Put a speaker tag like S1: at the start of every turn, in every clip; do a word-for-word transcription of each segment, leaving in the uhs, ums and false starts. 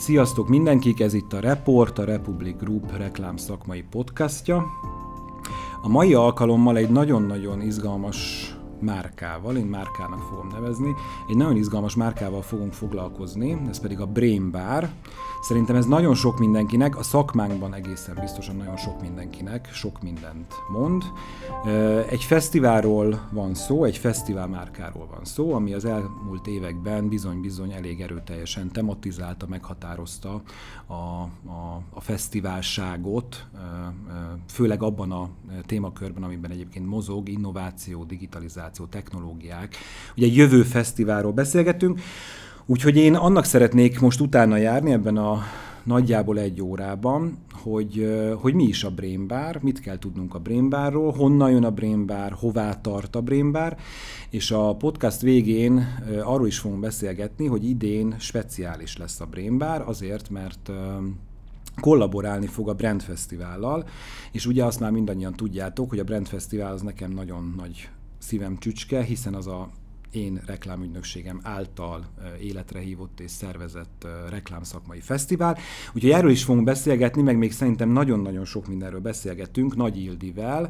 S1: Sziasztok mindenkik, ez itt a Report, a Republic Group reklám szakmai podcastja. A mai alkalommal egy nagyon-nagyon izgalmas márkával, én márkának fogom nevezni, egy nagyon izgalmas márkával fogunk foglalkozni, ez pedig a Brain Bar. Szerintem ez nagyon sok mindenkinek, a szakmánkban egészen biztosan nagyon sok mindenkinek, sok mindent mond. Egy fesztiválról van szó, egy fesztiválmárkáról van szó, ami az elmúlt években bizony-bizony elég erőteljesen tematizálta, meghatározta a, a, a fesztiválságot, főleg abban a témakörben, amiben egyébként mozog, innováció, digitalizáció, technológiák. Ugye egy jövő fesztiválról beszélgetünk, úgyhogy én annak szeretnék most utána járni ebben a nagyjából egy órában, hogy, hogy mi is a Brain Bar, mit kell tudnunk a Brain Barról, honnan jön a Brain Bar, hová tart a Brain Bar, és a podcast végén arról is fogunk beszélgetni, hogy idén speciális lesz a Brain Bar, azért, mert kollaborálni fog a Brand Fesztivállal, és ugye azt már mindannyian tudjátok, hogy a Brand Fesztivál az nekem nagyon nagy szívem csücske, hiszen az a én reklámügynökségem által életre hívott és szervezett reklámszakmai fesztivál. Úgyhogy erről is fogunk beszélgetni, meg még szerintem nagyon-nagyon sok mindenről beszélgetünk Nagy Ildivel.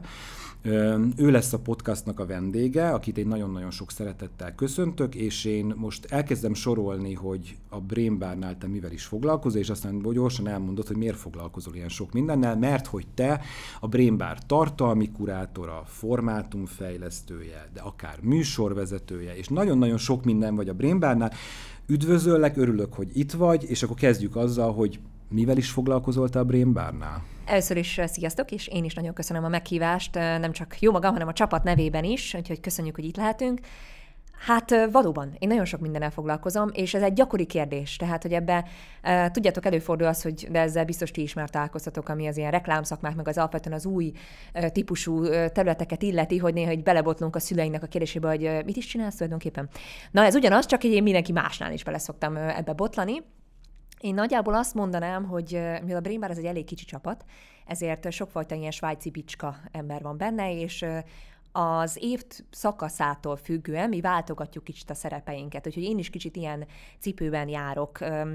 S1: Ő lesz a podcastnak a vendége, akit én nagyon-nagyon sok szeretettel köszöntök, és én most elkezdem sorolni, hogy a Brain Barnál te mivel is foglalkozol, és aztán gyorsan elmondod, hogy miért foglalkozol ilyen sok mindennel, mert hogy te a Brain Bar tartalmi kurátora, formátumfejlesztője, de akár műsorvezetője, és nagyon-nagyon sok minden vagy a Brain Barnál. Üdvözöllek, örülök, hogy itt vagy, és akkor kezdjük azzal, hogy mivel is foglalkozol te a Brain Barnál?
S2: Először is sziasztok, és én is nagyon köszönöm a meghívást, nem csak jó magam, hanem a csapat nevében is, úgyhogy köszönjük, hogy itt lehetünk. Hát valóban, én nagyon sok mindennel foglalkozom, és ez egy gyakori kérdés, tehát, hogy ebbe, e, tudjátok, előfordul az, hogy de ezzel biztos ti is már találkoztatok, ami az ilyen reklámszakmák, meg az alapvetően az új e, típusú e, területeket illeti, hogy néha így belebotlunk a szüleinknek a kérdésébe, hogy e, mit is csinálsz tulajdonképpen. Na, ez ugyanaz, csak én mindenki másnál is bele szoktam e, ebbe botlani. Én nagyjából azt mondanám, hogy mivel a Brain Bar ez egy elég kicsi csapat, ezért sokfajta ilyen svájci bicska ember van benne, és az év szakaszától függően mi váltogatjuk kicsit a szerepeinket, úgyhogy én is kicsit ilyen cipőben járok.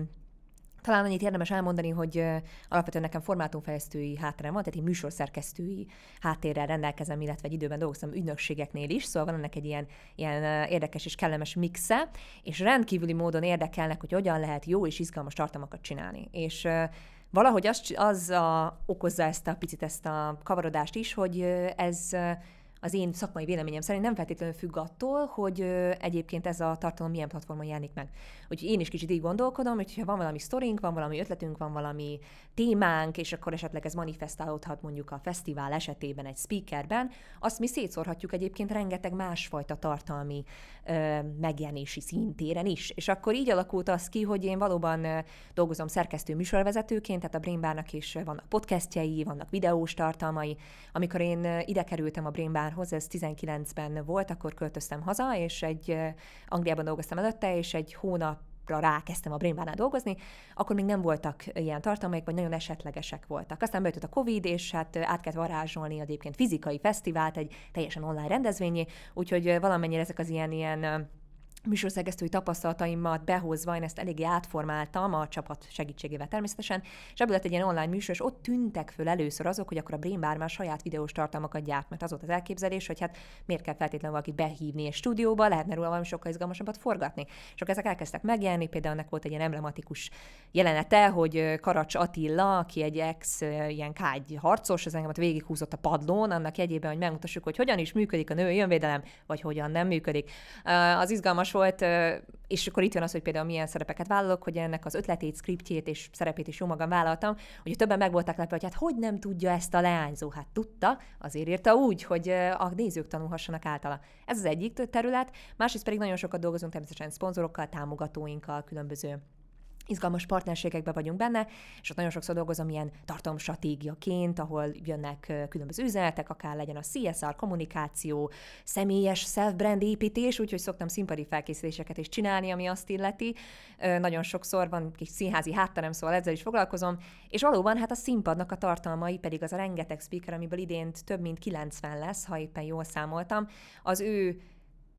S2: Talán annyit érdemes elmondani, hogy alapvetően nekem formátumfejlesztői hátterem van, tehát én műsorszerkesztői háttérrel rendelkezem, illetve egy időben dolgoztam ügynökségeknél is, szóval van ennek egy ilyen, ilyen érdekes és kellemes mixe, és rendkívüli módon érdekelnek, hogy hogyan lehet jó és izgalmas tartalmakat csinálni. És valahogy az, az a, okozza ezt a picit ezt a kavarodást is, hogy ez az én szakmai véleményem szerint nem feltétlenül függ attól, hogy ö, egyébként ez a tartalom milyen platformon jelenik meg. Úgyhogy én is kicsit így gondolkodom, hogy ha van valami sztorink, van valami ötletünk, van valami témánk, és akkor esetleg ez manifestálódhat mondjuk a fesztivál esetében egy speakerben, azt mi szétszórhatjuk egyébként rengeteg másfajta tartalmi ö, megjelenési szintéren is. És akkor így alakult az ki, hogy én valóban ö, dolgozom szerkesztő műsorvezetőként, tehát a Brain Barnak is vannak podcastjai, vannak videós tartalmai. Amikor én ö, ide kerültem a Brain Bar ez tizenkilencben volt, akkor költöztem haza, és egy Angliában dolgoztam előtte, és egy hónapra rákezdtem a Brain Barnál dolgozni, akkor még nem voltak ilyen tartalmaik, vagy nagyon esetlegesek voltak. Aztán bejött a Covid, és hát át kellett varázsolni egyébként fizikai fesztivált, egy teljesen online rendezvényé, úgyhogy valamennyire ezek az ilyen, ilyen műsorszerkesztői tapasztalataimat behozva, én ezt eléggé átformáltam a csapat segítségével természetesen, és ebből lett egy ilyen online műsor, és ott tűntek föl először azok, hogy akkor a Brain Bar már saját videós tartalmakat gyárt, mert az volt az elképzelés, hogy hát miért kell feltétlenül valakit behívni egy stúdióba, lehetne róla valami sokkal izgalmasabbat forgatni. És akkor ezek elkezdtek megjelenni, például ennek volt egy ilyen emblematikus jelenete, hogy Karacs Attila, aki egy ex ilyen kágy harcos, az engemet végighúzott a padlón, annak jegyében, hogy megmutassuk, hogy hogyan is működik a női önvédelem, vagy hogyan nem működik. Az izgalmas volt, és akkor itt van az, hogy például milyen szerepeket vállalok, hogy ennek az ötletét, szkriptjét és szerepét is jó magam vállaltam, hogy többen meg voltak lepve, hogy hát hogy nem tudja ezt a leányzó? Hát tudta, azért írta úgy, hogy a nézők tanulhassanak általa. Ez az egyik terület, másrészt pedig nagyon sokat dolgozunk természetesen szponzorokkal, támogatóinkkal, különböző izgalmas partnerségekben vagyunk benne, és ott nagyon sokszor dolgozom ilyen tartalomstratégiaként, ahol jönnek különböző üzenetek, akár legyen a cé es er, kommunikáció, személyes self-brand építés, úgyhogy szoktam színpadi felkészüléseket is csinálni, ami azt illeti. Nagyon sokszor van kis színházi hátterem, szóval ezzel is foglalkozom, és valóban hát a színpadnak a tartalmai pedig az a rengeteg speaker, amiből idén több mint kilencven lesz, ha éppen jól számoltam, az ő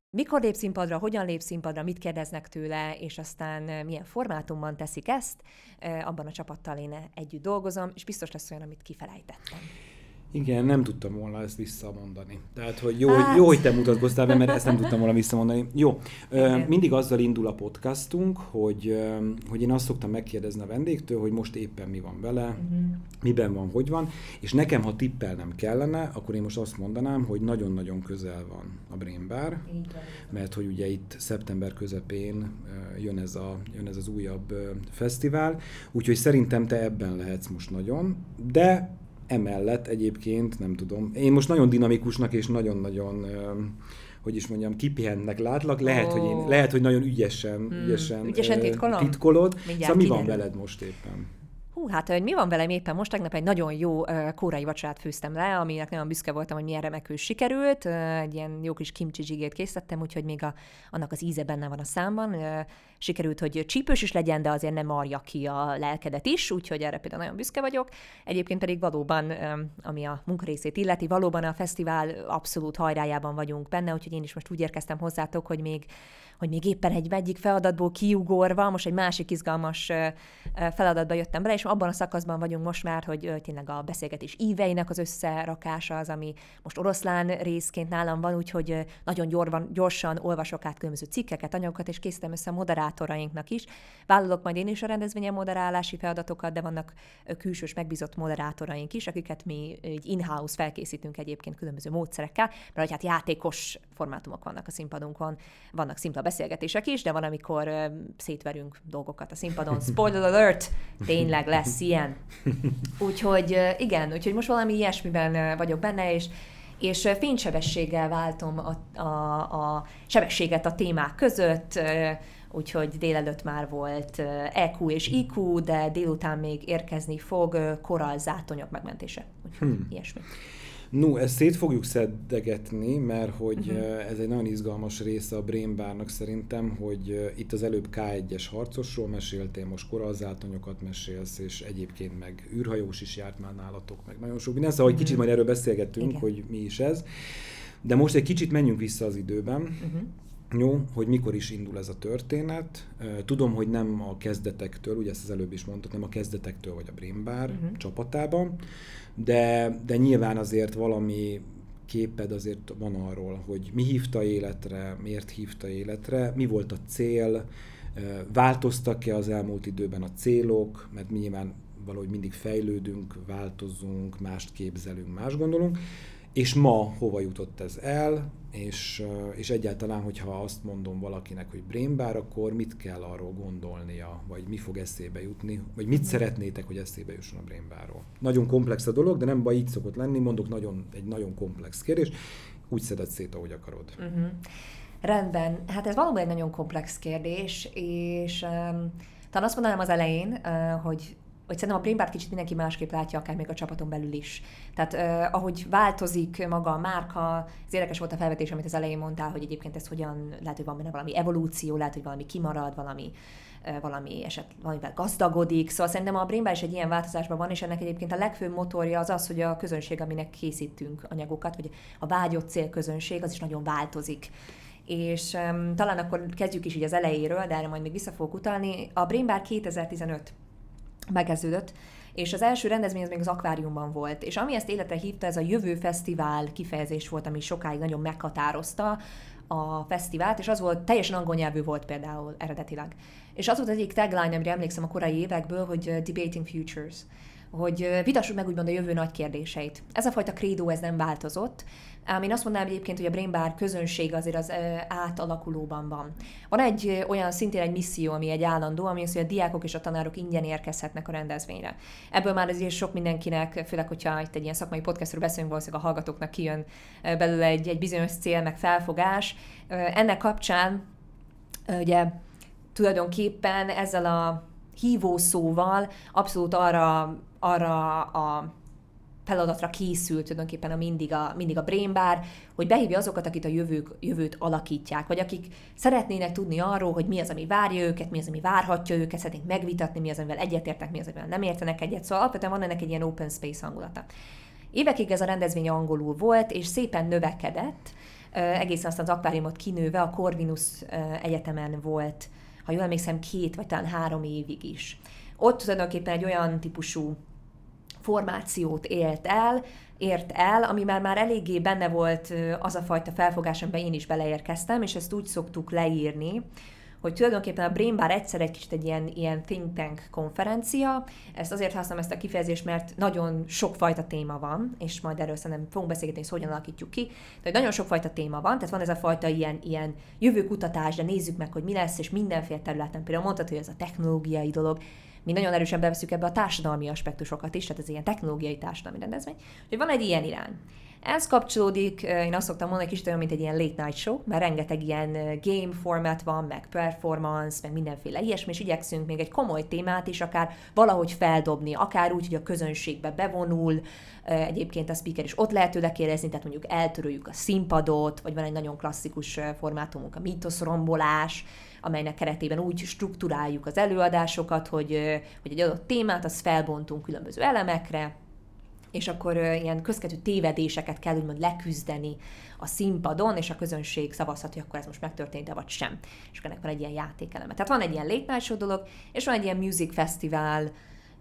S2: mikor lép színpadra, hogyan lép színpadra, mit kérdeznek tőle, és aztán milyen formátumban teszik ezt. Abban a csapattal én együtt dolgozom, és biztos lesz olyan, amit kifelejtettem.
S1: Igen, nem tudtam volna ezt visszamondani. Tehát, hogy jó, hát... hogy, jó hogy te mutatkoztál be, mert ezt nem tudtam volna visszamondani. Jó, Igen. mindig azzal indul a podcastunk, hogy, hogy én azt szoktam megkérdezni a vendégtől, hogy most éppen mi van vele, uh-huh. miben van, hogy van, és nekem, ha tippelnem kellene, akkor én most azt mondanám, hogy nagyon-nagyon közel van a Brain Bar, mert hogy ugye itt szeptember közepén jön ez, a, jön ez az újabb fesztivál, úgyhogy szerintem te ebben lehetsz most nagyon, de emellett egyébként, nem tudom, én most nagyon dinamikusnak és nagyon-nagyon, hogy is mondjam, kipihennek látlak, lehet, oh. hogy én, lehet, hogy nagyon ügyesen, hmm. ügyesen,
S2: ügyesen titkolom?
S1: titkolod. Mindjárt szóval mi van veled most éppen?
S2: Hú, hát hogy mi van velem éppen most? Tegnap egy nagyon jó uh, kórai vacsorát főztem le, aminek nagyon büszke voltam, hogy milyen remekül sikerült. Uh, egy ilyen jó kis kimchi zsigét készítettem, úgyhogy még a, annak az íze benne van a számban. Uh, sikerült, hogy csípős is legyen, de azért nem marja ki a lelkedet is, úgyhogy erre például nagyon büszke vagyok. Egyébként pedig valóban, um, ami a munkarészét illeti, valóban a fesztivál abszolút hajrájában vagyunk benne, úgyhogy én is most úgy érkeztem hozzátok, hogy még hogy még éppen egy egyik feladatból kiugorva, most egy másik izgalmas feladatba jöttem bele, és abban a szakaszban vagyunk most már, hogy tényleg a beszélgetés íveinek az összerakása az, ami most oroszlán részként nálam van, úgyhogy nagyon gyorsan, gyorsan olvasok át különböző cikkeket, anyagokat, és készítem össze a moderátorainknak is. Vállalok majd én is a rendezvényen moderálási feladatokat, de vannak külsős megbízott moderátoraink is, akiket mi in-house felkészítünk egyébként különböző módszerekkel, mert hát játékos formátumok vannak a színpadunkon, vannak szimpla beszélgetések is, de van, amikor uh, szétverünk dolgokat a színpadon. Spoiler alert! Tényleg lesz ilyen. Úgyhogy uh, igen, úgyhogy most valami ilyesmiben uh, vagyok benne, és és uh, fénysebességgel váltom a, a, a sebességet a témák között, uh, úgyhogy délelőtt már volt uh, é kú és i kú, de délután még érkezni fog uh, korallzátonyok megmentése. Úgyhogy hmm. ilyesmi.
S1: No, ezt szét fogjuk szedegetni, mert hogy uh-huh. ez egy nagyon izgalmas része a Brain Barnak szerintem, hogy itt az előbb ká egyes harcosról meséltél, most korallzátonyokat mesélsz, és egyébként meg űrhajós is járt már nálatok, meg nagyon sok minden, szóval uh-huh. hogy kicsit majd erről beszélgettünk, Igen. hogy mi is ez. De most egy kicsit menjünk vissza az időben. Uh-huh. Jó, hogy mikor is indul ez a történet. Tudom, hogy nem a kezdetektől, ugye ezt az előbb is mondtad, nem a kezdetektől vagy a Brain Bar uh-huh. csapatában, de, de nyilván azért valami képed azért van arról, hogy mi hívta életre, miért hívta életre, mi volt a cél, változtak-e az elmúlt időben a célok, mert mi nyilván valahogy mindig fejlődünk, változunk, mást képzelünk, más gondolunk, és ma hova jutott ez el, és, és egyáltalán, hogyha azt mondom valakinek, hogy Brain Bar, akkor mit kell arról gondolnia, vagy mi fog eszébe jutni, vagy mit szeretnétek, hogy eszébe jusson a Brain Barról. Nagyon komplex a dolog, de nem baj, így szokott lenni, mondok nagyon, egy nagyon komplex kérdés, úgy szeded szét, ahogy akarod. Uh-huh.
S2: Rendben, hát ez valóban egy nagyon komplex kérdés, és um, talán azt mondanám az elején, uh, hogy hogy szerintem a Brain Bar kicsit mindenki másképp látja, akár még a csapaton belül is. Tehát uh, ahogy változik maga a márka, ez érdekes volt a felvetés, amit az elején mondtál, hogy egyébként ez hogyan, lehet, hogy van benne valami evolúció, lehet, hogy valami kimarad, valami, uh, valami eset, valamivel gazdagodik. Szóval szerintem a Brain Bar is egy ilyen változásban van, és ennek egyébként a legfőbb motorja az az, hogy a közönség, aminek készítünk anyagokat, vagy a vágyott célközönség, az is nagyon változik. És um, talán akkor kezdjük is így az elejéről, de erre majd még vissza fogok utalni. A Brain Bar kétezer-tizenöt megkezdődött, és az első rendezvény az még az akváriumban volt, és ami ezt életre hívta, ez a Jövő Fesztivál kifejezés volt, ami sokáig nagyon meghatározta a fesztivált, és az volt, teljesen angol nyelvű volt például eredetileg. És az volt az egyik tagline, amire emlékszem a korai évekből, hogy Debating Futures, hogy vitassuk meg úgymond a jövő nagy kérdéseit. Ez a fajta credo, ez nem változott. Ám én azt mondanám egyébként, hogy a Brain Bar közönség azért az átalakulóban van. Van egy olyan, szintén egy misszió, ami egy állandó, ami az, hogy a diákok és a tanárok ingyen érkezhetnek a rendezvényre. Ebből már azért sok mindenkinek, főleg, hogyha itt egy ilyen szakmai podcastról beszélünk, valószínűleg a hallgatóknak kijön belőle egy, egy bizonyos cél, meg felfogás. Ennek kapcsán ugye tulajdonképpen ezzel a hívószóval abszolút arra, arra a feladatra készült tulajdonképpen a mindig, a mindig a Brain Bar, hogy behívja azokat, akik a jövők, jövőt alakítják, vagy akik szeretnének tudni arról, hogy mi az, ami várja őket, mi az, ami várhatja őket, szeretnék megvitatni, mi az, amivel egyetértek, mi az, amivel nem értenek egyet. Szóval alapvetően van ennek egy ilyen open space hangulata. Évekig ez a rendezvény angolul volt, és szépen növekedett, egészen aztán az akváriumot kinőve a Corvinus Egyetemen volt, ha jól emlékszem, két vagy talán három évig is. Ott tulajdonképpen egy olyan típusú formációt élt el, ért el, ami már, már eléggé benne volt az a fajta felfogás, amiben én is beleérkeztem, és ezt úgy szoktuk leírni, hogy tulajdonképpen a Brain Bar egyszer egy kicsit egy ilyen, ilyen think tank konferencia. Ezt azért használom ezt a kifejezést, mert nagyon sokfajta téma van, és majd erről szerintem fogunk beszélgetni, hogy hogyan alakítjuk ki. De nagyon sokfajta téma van, tehát van ez a fajta ilyen, ilyen jövőkutatás, de nézzük meg, hogy mi lesz, és mindenféle területen. Például mondtad, hogy ez a technológiai dolog, mi nagyon erősen beveszünk ebbe a társadalmi aspektusokat is, tehát ez ilyen technológiai társadalmi rendezvény, hogy van egy ilyen irány. Ez kapcsolódik, én azt szoktam mondani, kicsit olyan, mint egy ilyen late night show, mert rengeteg ilyen game format van, meg performance, meg mindenféle ilyesmi, és igyekszünk még egy komoly témát is akár valahogy feldobni, akár úgy, hogy a közönségbe bevonul, egyébként a speaker is ott lehet tőle kérdezni, tehát mondjuk eltöröljük a színpadot, vagy van egy nagyon klasszikus formátumunk, a mítoszrombolás, amelynek keretében úgy strukturáljuk az előadásokat, hogy, hogy egy adott témát, azt felbontunk különböző elemekre, és akkor ilyen közkedvű tévedéseket kell úgymond leküzdeni a színpadon, és a közönség szavazhat, hogy akkor ez most megtörtént-e, vagy sem. És ennek van egy ilyen játékeleme. Tehát van egy ilyen late night show dolog, és van egy ilyen music festival,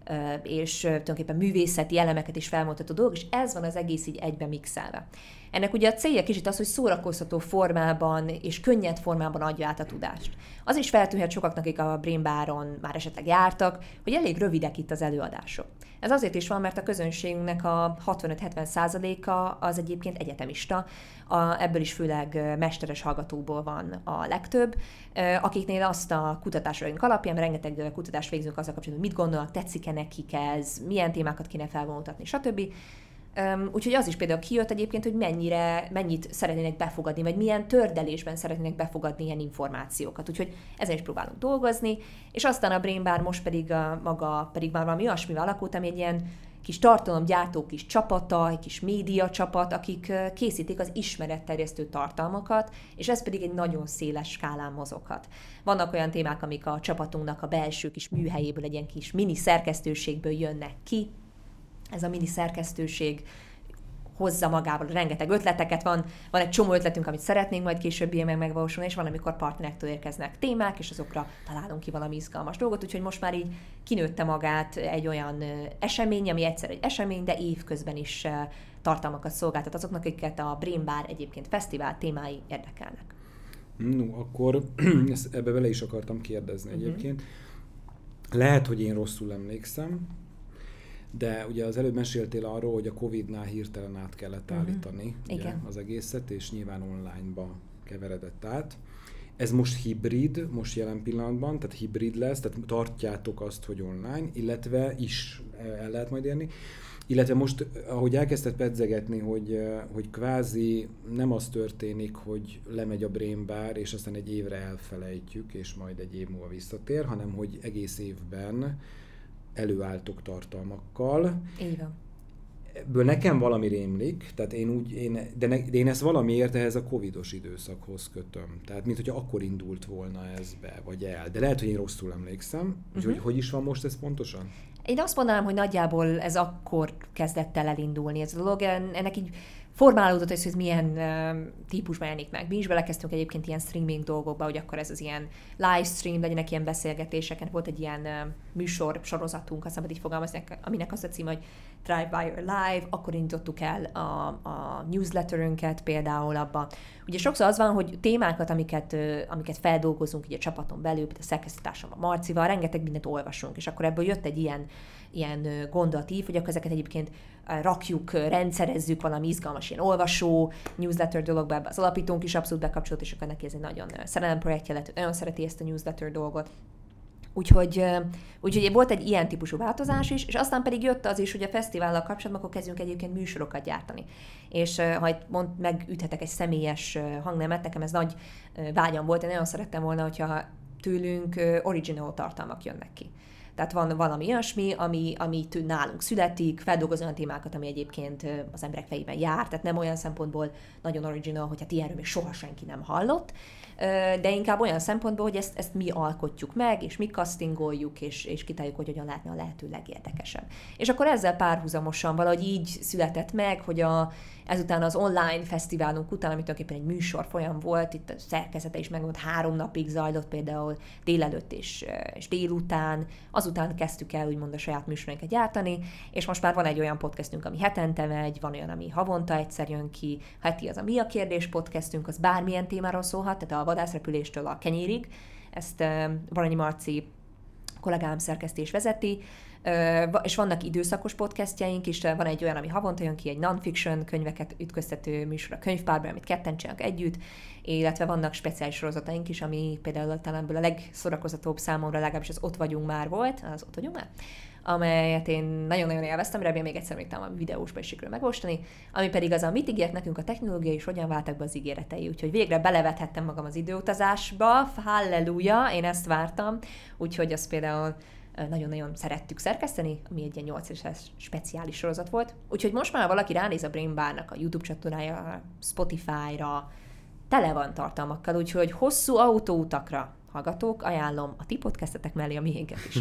S2: és tulajdonképpen művészeti elemeket is felmutató dolog, és ez van az egész így egybe mixelve. Ennek ugye a célja kicsit az, hogy szórakoztató formában és könnyed formában adja át a tudást. Az is feltűnhet sokaknak, akik a Brain Baron már esetleg jártak, hogy elég rövidek itt az előadások. Ez azért is van, mert a közönségünknek a hatvanöt-hetven százaléka az egyébként egyetemista, a, ebből is főleg mesteres hallgatóból van a legtöbb, akiknél azt a kutatásaink alapján, rengeteg kutatást végzünk azzal kapcsolatban, hogy mit gondolnak, tetszik-e nekik ez, milyen témákat kéne felvonultatni, stb. Um, úgyhogy az is például kijött egyébként, hogy mennyire, mennyit szeretnének befogadni, vagy milyen tördelésben szeretnének befogadni ilyen információkat. Úgyhogy ezen is próbálunk dolgozni, és aztán a Brain Bar most pedig a, maga pedig már valami olyasmivel alakult, ami egy ilyen kis tartalomgyártó kis csapata, egy kis média csapat, akik készítik az ismeretterjesztő tartalmakat, és ez pedig egy nagyon széles skálán mozoghat. Vannak olyan témák, amik a csapatunknak a belső kis műhelyéből, egy ilyen kis mini szerkesztőségből jönnek ki. Ez a mini szerkesztőség hozza magával rengeteg ötleteket, van, van egy csomó ötletünk, amit szeretnénk majd később meg megvalósulni, és van, amikor partnerektől érkeznek témák, és azokra találunk ki valami izgalmas dolgot, úgyhogy most már így kinőtte magát egy olyan esemény, ami egyszer egy esemény, de évközben is tartalmakat szolgáltat azoknak, akiket a Brain Bar egyébként fesztivál témái érdekelnek.
S1: No, akkor ezt ebbe bele is akartam kérdezni uh-huh. egyébként. Lehet, hogy én rosszul emlékszem, de ugye az előbb meséltél arról, hogy a Covidnál hirtelen át kellett állítani uh-huh. ugye, az egészet, és nyilván online-ba keveredett át. Ez most hibrid, most jelen pillanatban, tehát hibrid lesz, tehát tartjátok azt, hogy online, illetve is el lehet majd érni. Illetve most, ahogy elkezdted pedzegetni, hogy, hogy kvázi nem az történik, hogy lemegy a Brain Bar, és aztán egy évre elfelejtjük, és majd egy év múlva visszatér, hanem hogy egész évben előálltok tartalmakkal.
S2: Így van.
S1: Ebből nekem valami rémlik, tehát én úgy, én, de, ne, de én ezt valamiért ehhez a covidos időszakhoz kötöm. Tehát, mint hogyha akkor indult volna ez be, vagy el. De lehet, hogy én rosszul emlékszem. Úgyhogy uh-huh. hogy is van most ez pontosan?
S2: Én azt mondanám, hogy nagyjából ez akkor kezdett el elindulni ez a dolog. Ennek így formálódott, hogy ez milyen uh, típusban jelenik meg. Mi is belekezdtünk egyébként ilyen streaming dolgokba, hogy akkor ez az ilyen livestream, legyenek ilyen beszélgetések. Volt egy ilyen uh, műsor, sorozatunk, azt szabad így fogalmazni, aminek az a cím, hogy Drive-By Live, akkor indítottuk el a, a newsletterünket például abba. Ugye sokszor az van, hogy témákat, amiket, uh, amiket feldolgozunk így a csapaton belül, a szerkesztőtársam a Marcival, rengeteg mindent olvasunk, és akkor ebből jött egy ilyen, ilyen gondolatív, hogy akkor ezeket egyébként rakjuk, rendszerezzük valami izgalmas ilyen olvasó, newsletter dologba, ebbe az alapítónk is abszolút bekapcsolt, és akkor neki ez egy nagyon szerelem projektje lett, nagyon szereti ezt a newsletter dolgot. Úgyhogy, úgyhogy volt egy ilyen típusú változás is, és aztán pedig jött az is, hogy a fesztivállal kapcsolatban akkor kezdjünk egyébként műsorokat gyártani. És ha itt mond, megüthetek egy személyes hangnemet, nekem ez nagy vágyam volt, én nagyon szerettem volna, hogyha tőlünk original tartalmak jönnek ki. Tehát van valami olyasmi, ami, ami nálunk születik, feldolgoz olyan témákat, ami egyébként az emberek fejében jár, tehát nem olyan szempontból nagyon original, hogy hát ilyenről még soha senki nem hallott, de inkább olyan szempontból, hogy ezt, ezt mi alkotjuk meg, és mi castingoljuk, és, és kitáljuk, hogy hogyan lehetne a lehető legérdekesebb. És akkor ezzel párhuzamosan valahogy így született meg, hogy a, ezután az online fesztiválunk után, ami tulajdonképpen egy műsor folyam volt, itt a szerkezete is megvolt, három napig zajlott például délelőtt és, és délután, azután kezdtük el úgymond a saját műsorainkat gyártani, és most már van egy olyan podcastünk, ami hetente megy, van olyan, ami havonta egyszer jön ki, heti az a Mi a kérdés podcastünk, az bármilyen témáról szólhat, tehát a vadászrepüléstől a kenyérig, ezt uh, Baranyi Marci kollégám szerkesztés vezeti, uh, és vannak időszakos podcastjaink is, van egy olyan, ami havonta jön ki, egy non-fiction könyveket ütköztető műsor a Könyvpárban, amit ketten csinálunk együtt, illetve vannak speciális sorozataink is, ami például talán a legszorakozatóbb számomra, legalábbis az Ott vagyunk már volt, az Ott vagyunk már, amelyet én nagyon-nagyon élveztem, remélem még egyszer még talán a videósba is sikerül megmostani, ami pedig az, a mit ígért nekünk a technológia, és hogyan váltak be az ígéretei. Úgyhogy végre belevethettem magam az időutazásba, halleluja, én ezt vártam, úgyhogy azt például nagyon-nagyon szerettük szerkeszteni, ami egy ilyen nyolc éves speciális sorozat volt. Úgyhogy most már valaki ránéz a Brain Barnak a YouTube csatornájára, Spotify-ra, tele van tartalmakkal, úgyhogy hosszú autóutakra, hallgatók, ajánlom a ti podcastetek mellé a miénket is.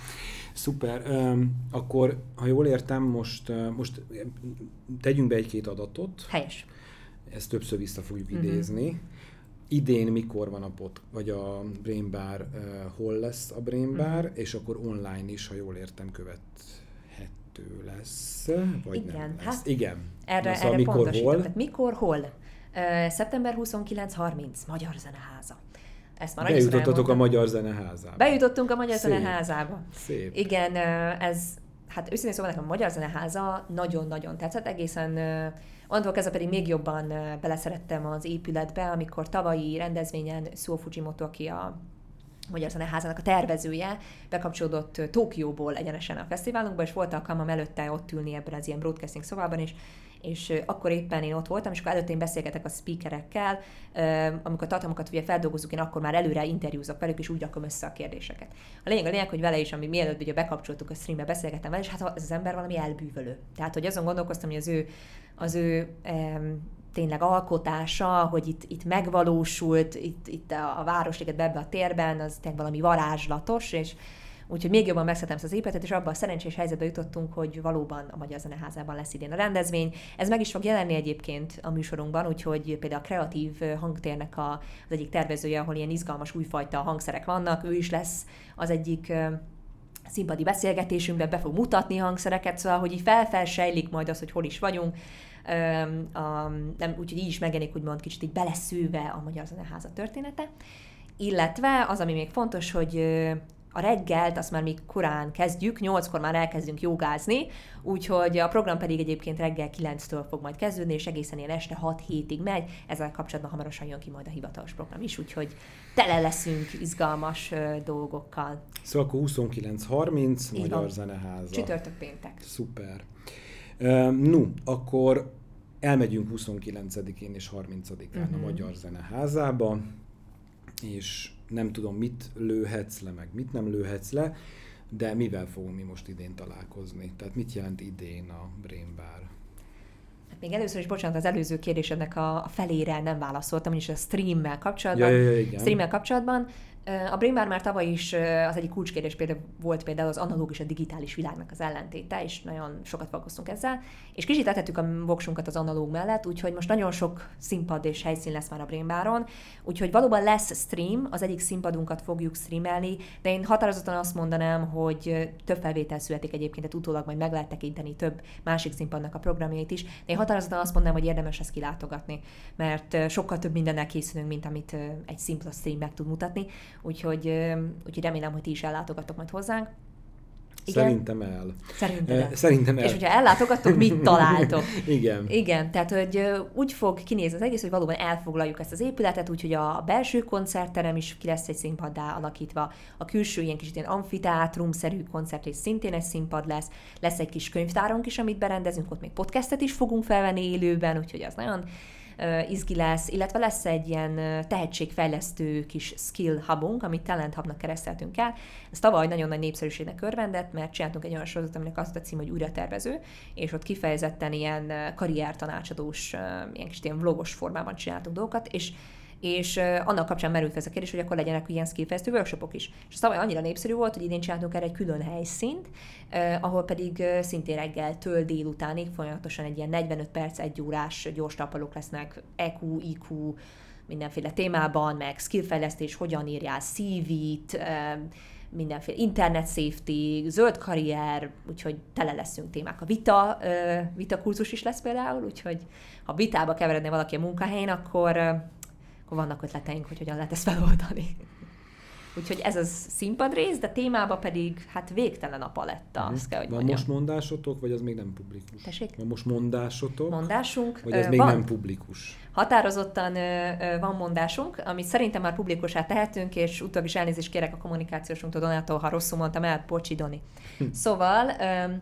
S1: Szuper. Um, akkor, ha jól értem, most, uh, most tegyünk be egy-két adatot.
S2: Helyes.
S1: Ezt többször vissza fogjuk uh-huh. idézni. Idén mikor van a pot, vagy a Brain Bar, uh, hol lesz a Brain Bar, uh-huh. és akkor online is, ha jól értem, követhető lesz, vagy
S2: igen,
S1: nem lesz.
S2: Hát
S1: Igen.
S2: Erre,
S1: szóval
S2: erre
S1: mikor,
S2: pontosítom.
S1: hol?
S2: Tehát mikor, hol? Uh, szeptember huszonkilenc harminc, Magyar Zeneháza. Ezt már
S1: bejutottatok a Magyar Zeneházába.
S2: Bejutottunk a Magyar
S1: Szép.
S2: Zeneházába.
S1: Szép.
S2: Igen, ez, hát őszintén szóval nekem a Magyar Zeneháza nagyon-nagyon tetszett, egészen onnantól kezdve pedig még jobban beleszerettem az épületbe, amikor tavalyi rendezvényen Suo Fujimoto, aki a Magyar Zeneházának a tervezője, bekapcsolódott Tokióból egyenesen a fesztiválunkba, és volt alkalmam előtte ott ülni ebben az ilyen broadcasting szobában is, és akkor éppen én ott voltam, és akkor előtt én beszélgetek a speakerekkel, amikor tartalmakat ugye feldolgozzuk, én akkor már előre interjúzok velük, és úgy rakom össze a kérdéseket. A lényeg a lényeg, hogy vele is, ami mielőtt ugye bekapcsoltuk a streambe, beszélgettem vele, és hát ez az ember valami elbűvölő. Tehát, hogy azon gondolkoztam, hogy az ő, az ő em, tényleg alkotása, hogy itt, itt megvalósult, itt, itt a, a városliget ebbe a térben, az tényleg valami varázslatos, és úgyhogy még jobban megszerettem ezt az épületet, és abban a szerencsés helyzetbe jutottunk, hogy valóban a Magyar Zeneházában lesz idén a rendezvény. Ez meg is fog jelenni egyébként a műsorunkban, úgyhogy például a Kreatív Hangtérnek a, az egyik tervezője, ahol ilyen izgalmas újfajta hangszerek vannak, ő is lesz az egyik színpadi beszélgetésünkben, be fog mutatni hangszereket, szóval, hogy így felfelsejlik majd az, hogy hol is vagyunk. Úgyhogy így is megjelenik, úgymond kicsit így beleszűve a Magyar Zeneháza története. Illetve az, ami még fontos, hogy a reggelt azt már még korán kezdjük, nyolckor már elkezdünk jogázni, úgyhogy a program pedig egyébként reggel kilenctől fog majd kezdődni, és egészen ilyen este hat-hétig megy. Ezzel kapcsolatban hamarosan jön ki majd a hivatalos program is, úgyhogy tele leszünk izgalmas uh, dolgokkal.
S1: Szóval akkor huszonkilenc harminc
S2: Így
S1: Magyar
S2: van.
S1: Zeneháza.
S2: Csütörtök péntek.
S1: Szuper. Uh, no, akkor elmegyünk huszonkilencedikén és harmincadikán uh-huh. a Magyar Zeneházába, és nem tudom, mit lőhetsz le, meg mit nem lőhetsz le, de mivel fogunk mi most idén találkozni? Tehát mit jelent idén a Brain Bar?
S2: Még először is, bocsánat, az előző kérdésednek a felére nem válaszoltam, is a streammel kapcsolatban.
S1: Ja, ja, ja, igen.
S2: Streammel kapcsolatban. A Brain Bar már tavaly is az egyik kulcskérdés például volt például az analóg és a digitális világnak az ellentéte, és nagyon sokat foglalkoztunk ezzel, és kicsit eltettük a voksunkat az analóg mellett, úgyhogy most nagyon sok színpad és helyszín lesz már a Brain Baron, úgyhogy valóban lesz stream, az egyik színpadunkat fogjuk streamelni, de én határozottan azt mondanám, hogy több felvétel születik egyébként, tehát utólag majd meg lehet tekinteni több másik színpadnak a programjait is, de én határozottan azt mondanám, hogy érdemes ezt kilátogatni, mert sokkal több mindennel készülünk, mint amit egy szimpla stream meg tud mutatni. Úgyhogy, úgyhogy remélem, hogy ti is ellátogattok majd hozzánk.
S1: Igen? Szerintem el.
S2: Szerintem el.
S1: Szerintem el.
S2: És hogyha ellátogattok, mit találtok?
S1: Igen.
S2: Igen, tehát hogy úgy fog kinézni az egész, hogy valóban elfoglaljuk ezt az épületet, úgyhogy a belső koncertterem is ki lesz egy színpaddá alakítva, a külső ilyen kicsit ilyen amfiteátrumszerű koncertrész szintén egy színpad lesz, lesz egy kis könyvtárunk is, amit berendezünk, ott még podcastet is fogunk felvenni élőben, úgyhogy az nagyon Uh, izgi lesz, illetve lesz egy ilyen uh, tehetségfejlesztő kis skill hubunk, amit Talent Hubnak kereszteltünk el. Ez tavaly nagyon nagy népszerűségnek örvendett, mert csináltunk egy olyan sorozatot, aminek az a cím, hogy újratervező, és ott kifejezetten ilyen uh, karriertanácsadós, uh, ilyen kis ilyen vlogos formában csináltunk dolgokat, és és uh, annak kapcsán merült ez a kérdés, hogy akkor legyenek ilyen skillfejlesztő workshopok is. És a tavaly annyira népszerű volt, hogy idén csináltunk erre egy külön helyszínt, uh, ahol pedig uh, szintén reggeltől délutánig folyamatosan egy ilyen negyvenöt perc, egy órás gyors talpalók lesznek, é kú, i kú, mindenféle témában, meg skillfejlesztés, hogyan írjál cé vét, uh, mindenféle internet safety, zöld karrier, úgyhogy tele leszünk témák. A vita, uh, vita kurzus is lesz például, úgyhogy ha vitába keveredne valaki a munkahelyén, akkor, uh, akkor vannak ötleteink, hogy hogyan lehet ezt feloldani. Úgyhogy ez az színpadrész, de témában pedig hát végtelen a paletta,
S1: Hmm.
S2: azt kell, hogy
S1: Van
S2: mondjam.
S1: most mondásotok, vagy az még nem publikus?
S2: Tessék?
S1: Van most mondásotok?
S2: Mondásunk?
S1: Vagy az
S2: Ö,
S1: még
S2: van.
S1: nem publikus?
S2: Határozottan ö, ö, van mondásunk, amit szerintem már publikussá tehetünk, és utóbb is elnézést kérek a kommunikációsunktól, Donától, ha rosszul mondtam el, bocsi, Doni. Hm. Szóval ö,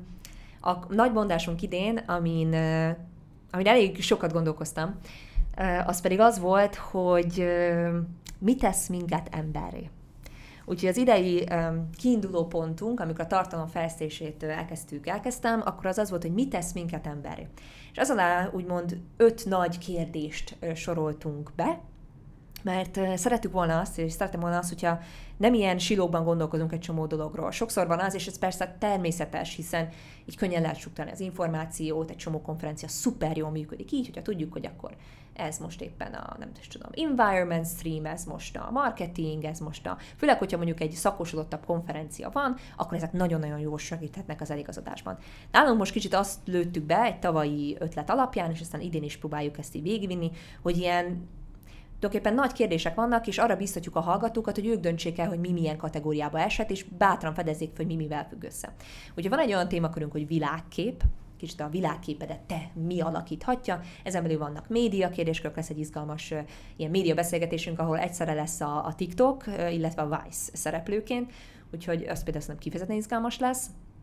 S2: a nagy mondásunk idén, amin, ö, amin elég sokat gondolkoztam, ö, az pedig az volt, hogy ö, mi tesz minket emberré. Úgyhogy az idei um, kiinduló pontunk, amikor a tartalom fejlesztését uh, elkezdtük, elkezdtem, akkor az az volt, hogy mi tesz minket emberré. És az alá úgymond öt nagy kérdést uh, soroltunk be, mert uh, szerettük volna azt, és szerettem volna azt, hogyha nem ilyen silóban gondolkozunk egy csomó dologról. Sokszor van az, és ez persze természetes, hiszen így könnyen lehet struktúrálni az információt, egy csomó konferencia szuper jól működik így, hogyha tudjuk, hogy akkor ez most éppen a, nem tudom, environment stream, ez most a marketing, ez most a... Főleg, hogyha mondjuk egy szakosodottabb konferencia van, akkor ezek nagyon-nagyon jól segíthetnek az eligazodásban. Nálunk most kicsit azt lőttük be egy tavalyi ötlet alapján, és aztán idén is próbáljuk ezt így végigvinni, hogy ilyen tulajdonképpen nagy kérdések vannak, és arra biztatjuk a hallgatókat, hogy ők döntsék el, hogy mi milyen kategóriába esett, és bátran fedezzék fel, hogy mi mivel függ össze. Ugye van egy olyan témakörünk, hogy világkép, kicsit a világképedet te mi alakíthatja. Ezen belül vannak média kérdéskörök, lesz egy izgalmas uh, ilyen média beszélgetésünk, ahol egyszerre lesz a, a TikTok, uh, illetve a Vice szereplőként, úgyhogy az például szerintem kifejezetten izgalmas lesz.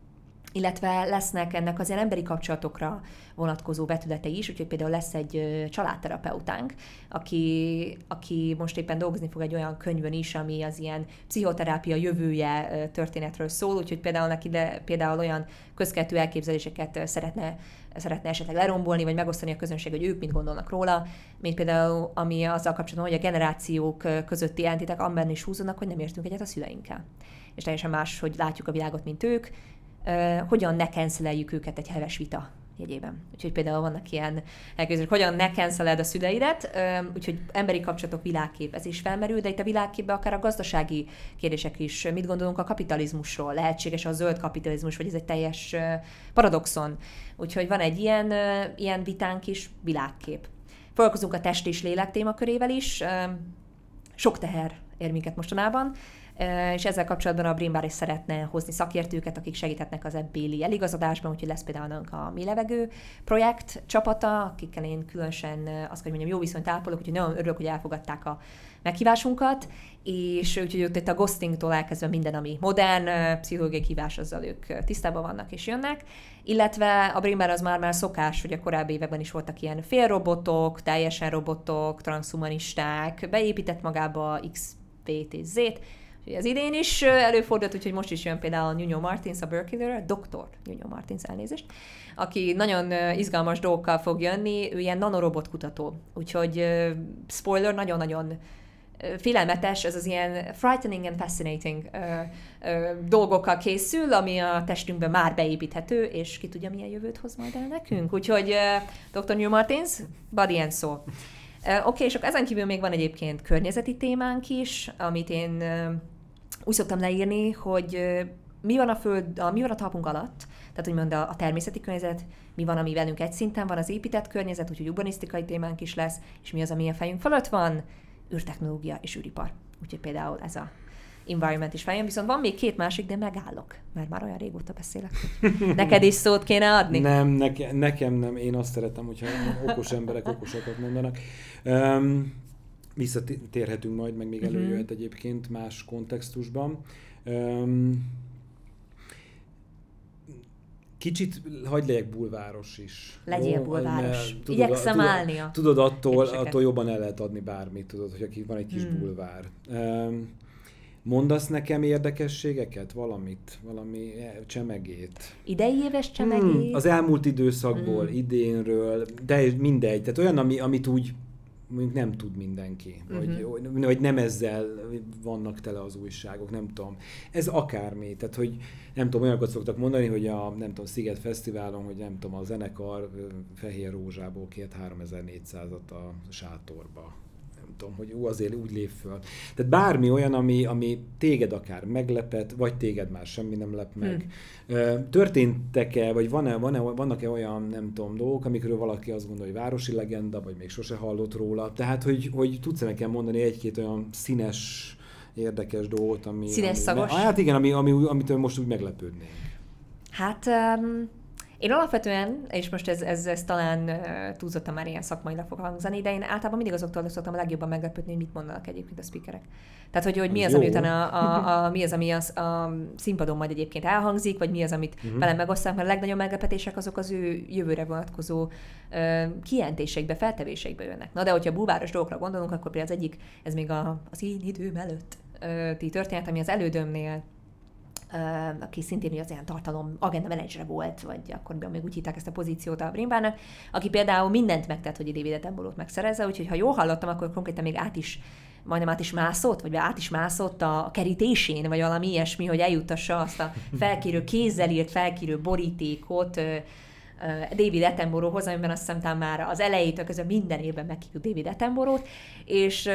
S2: Illetve lesznek ennek az ilyen emberi kapcsolatokra vonatkozó vetületei is, úgyhogy például lesz egy uh, családterapeutánk, aki, aki most éppen dolgozni fog egy olyan könyvön is, ami az ilyen pszichoterápia jövője uh, történetről szól, úgyhogy például neki de, például olyan közkeletű elképzeléseket uh, szeretne, szeretne esetleg lerombolni, vagy megosztani a közönség, hogy ők mit gondolnak róla, mint például ami azzal kapcsolatban, hogy a generációk uh, közötti ellentétek abban is húzódnak, hogy nem értünk egyet a szüleinkkel. És teljesen más, hogy látjuk a világot, mint ők, Uh, hogyan ne cancelejük őket egy heves vita jegyében. Úgyhogy például vannak ilyen elképzelések, hogyan ne canceled a szüleidet, uh, úgyhogy emberi kapcsolatok, világkép, ez is felmerül, de itt a világképben akár a gazdasági kérdések is. Mit gondolunk a kapitalizmusról? Lehetséges a zöld kapitalizmus, vagy ez egy teljes uh, paradoxon? Úgyhogy van egy ilyen, uh, ilyen vitánk is, világkép. Foglalkozunk a test és lélek témakörével is. Uh, sok teher ér minket mostanában, és ezzel kapcsolatban a Brainbar is szeretne hozni szakértőket, akik segíthetnek az ebbéli eligazodásban, úgyhogy lesz például a Mi Levegő projekt csapata, akikkel én különösen azt kell mondjam, jó viszonyt ápolok, úgyhogy nagyon örülök, hogy elfogadták a meghívásunkat, és úgyhogy ott itt a ghostingtól elkezdve minden, ami modern pszichológiai hívás, azzal ők tisztában vannak és jönnek, illetve a Brainbar az már már szokás, hogy a korábbi években is voltak ilyen félrobotok, teljesen robotok, transhumanisták, beépített magába X, Y, T, Z-t. Az idén is előfordult, úgyhogy most is jön például Nuno Martins, a Berkeley-ről, doktor Nuno Martins, elnézést, aki nagyon izgalmas dolgokkal fog jönni, ő ilyen nanorobot kutató. Úgyhogy spoiler, nagyon-nagyon félelmetes, ez az ilyen frightening and fascinating ö, ö, dolgokkal készül, ami a testünkben már beépíthető, és ki tudja, milyen jövőt hoz majd el nekünk. Úgyhogy doktor Nuno Martins, body and soul. Oké, okay, és akkor ezen kívül még van egyébként környezeti témánk is, amit én úgy szoktam leírni, hogy mi van a föld, a, mi van a talpunk alatt, tehát úgymond a, a természeti környezet, mi van, ami velünk egy szinten van, az épített környezet, úgyhogy urbanisztikai témánk is lesz, és mi az, ami a fejünk fölött van, űrtechnológia és űripar. Úgyhogy például ez a environment is feljön, viszont van még két másik, de megállok, mert már olyan régóta beszélek, hogy neked is szót kéne adni.
S1: Nem, neke, nekem nem, én azt szeretem, hogyha okos emberek okosakat mondanak. Um, visszatérhetünk majd, meg még
S2: uh-huh.
S1: előjöhet egyébként más kontextusban. Um, kicsit hagyd legyek bulváros is.
S2: Legyél
S1: jó?
S2: bulváros.
S1: Tudod,
S2: Igyekszem
S1: tudod,
S2: állnia.
S1: Tudod, attól, attól jobban el lehet adni bármit, tudod, hogy aki van egy kis hmm. bulvár. Um, mondasz nekem érdekességeket? Valamit? Valami csemegét?
S2: Idei éves csemegét?
S1: Hmm, az elmúlt időszakból, hmm. idénről, de mindegy. Tehát olyan, ami, amit úgy mondjuk nem tud mindenki, vagy,
S2: uh-huh.
S1: vagy nem ezzel vannak tele az újságok, nem tudom. Ez akármi, tehát hogy nem tudom, olyanokat szoktak mondani, hogy a nem tudom, Sziget Fesztiválon, hogy nem tudom, a zenekar Fehér Rózsából kért háromezer-négyszázat a sátorba. Nem tudom, hogy ú, azért úgy lép föl. Tehát bármi olyan, ami, ami téged akár meglepet, vagy téged már semmi nem lep meg. Hmm. Történtek-e, vagy van-e, van-e, vannak-e olyan, nem tudom, dolgok, amikről valaki azt gondolja, hogy városi legenda, vagy még sose hallott róla. Tehát, hogy, hogy tudsz nekem mondani egy-két olyan színes, érdekes dolgot, ami...
S2: Színes szagos?
S1: Ami, hát igen, ami, ami, amitől most úgy meglepődnénk.
S2: Hát... Um... Én alapvetően, és most ez, ez, ez talán uh, túlzottan már ilyen szakmailag fog hangzani, de én általában mindig azoktól szoktam a legjobban meglepődni, hogy mit mondanak egyébként a speakerek. Tehát, hogy, hogy mi az, ami utána a, a, mi az, ami az, a színpadon majd egyébként elhangzik, vagy mi az, amit uh-huh. velem megosztanak, mert a legnagyobb meglepetések azok az ő jövőre vonatkozó uh, kijelentéseikbe, feltevéseikbe jönnek. Na de, hogyha bulváros dolgokra gondolunk, akkor például az egyik, ez még a, az én időm előtt uh, történet, ami az elődömnél, Uh, aki szintén az ilyen tartalom agenda menedzsere volt, vagy akkor még úgy hívták ezt a pozíciót a Brimbának, aki például mindent megtett, hogy David Attenborough-t megszerezze, úgyhogy ha jól hallottam, akkor konkrétan még át is, majdnem át is mászott, vagy át is mászott a kerítésén, vagy valami ilyesmi, hogy eljuttassa azt a felkérő, kézzel írt felkérő borítékot uh, David Attenboroughhoz, amiben azt hiszem talán már az elejétől közben minden évben meghívjuk David Attenborough-t, és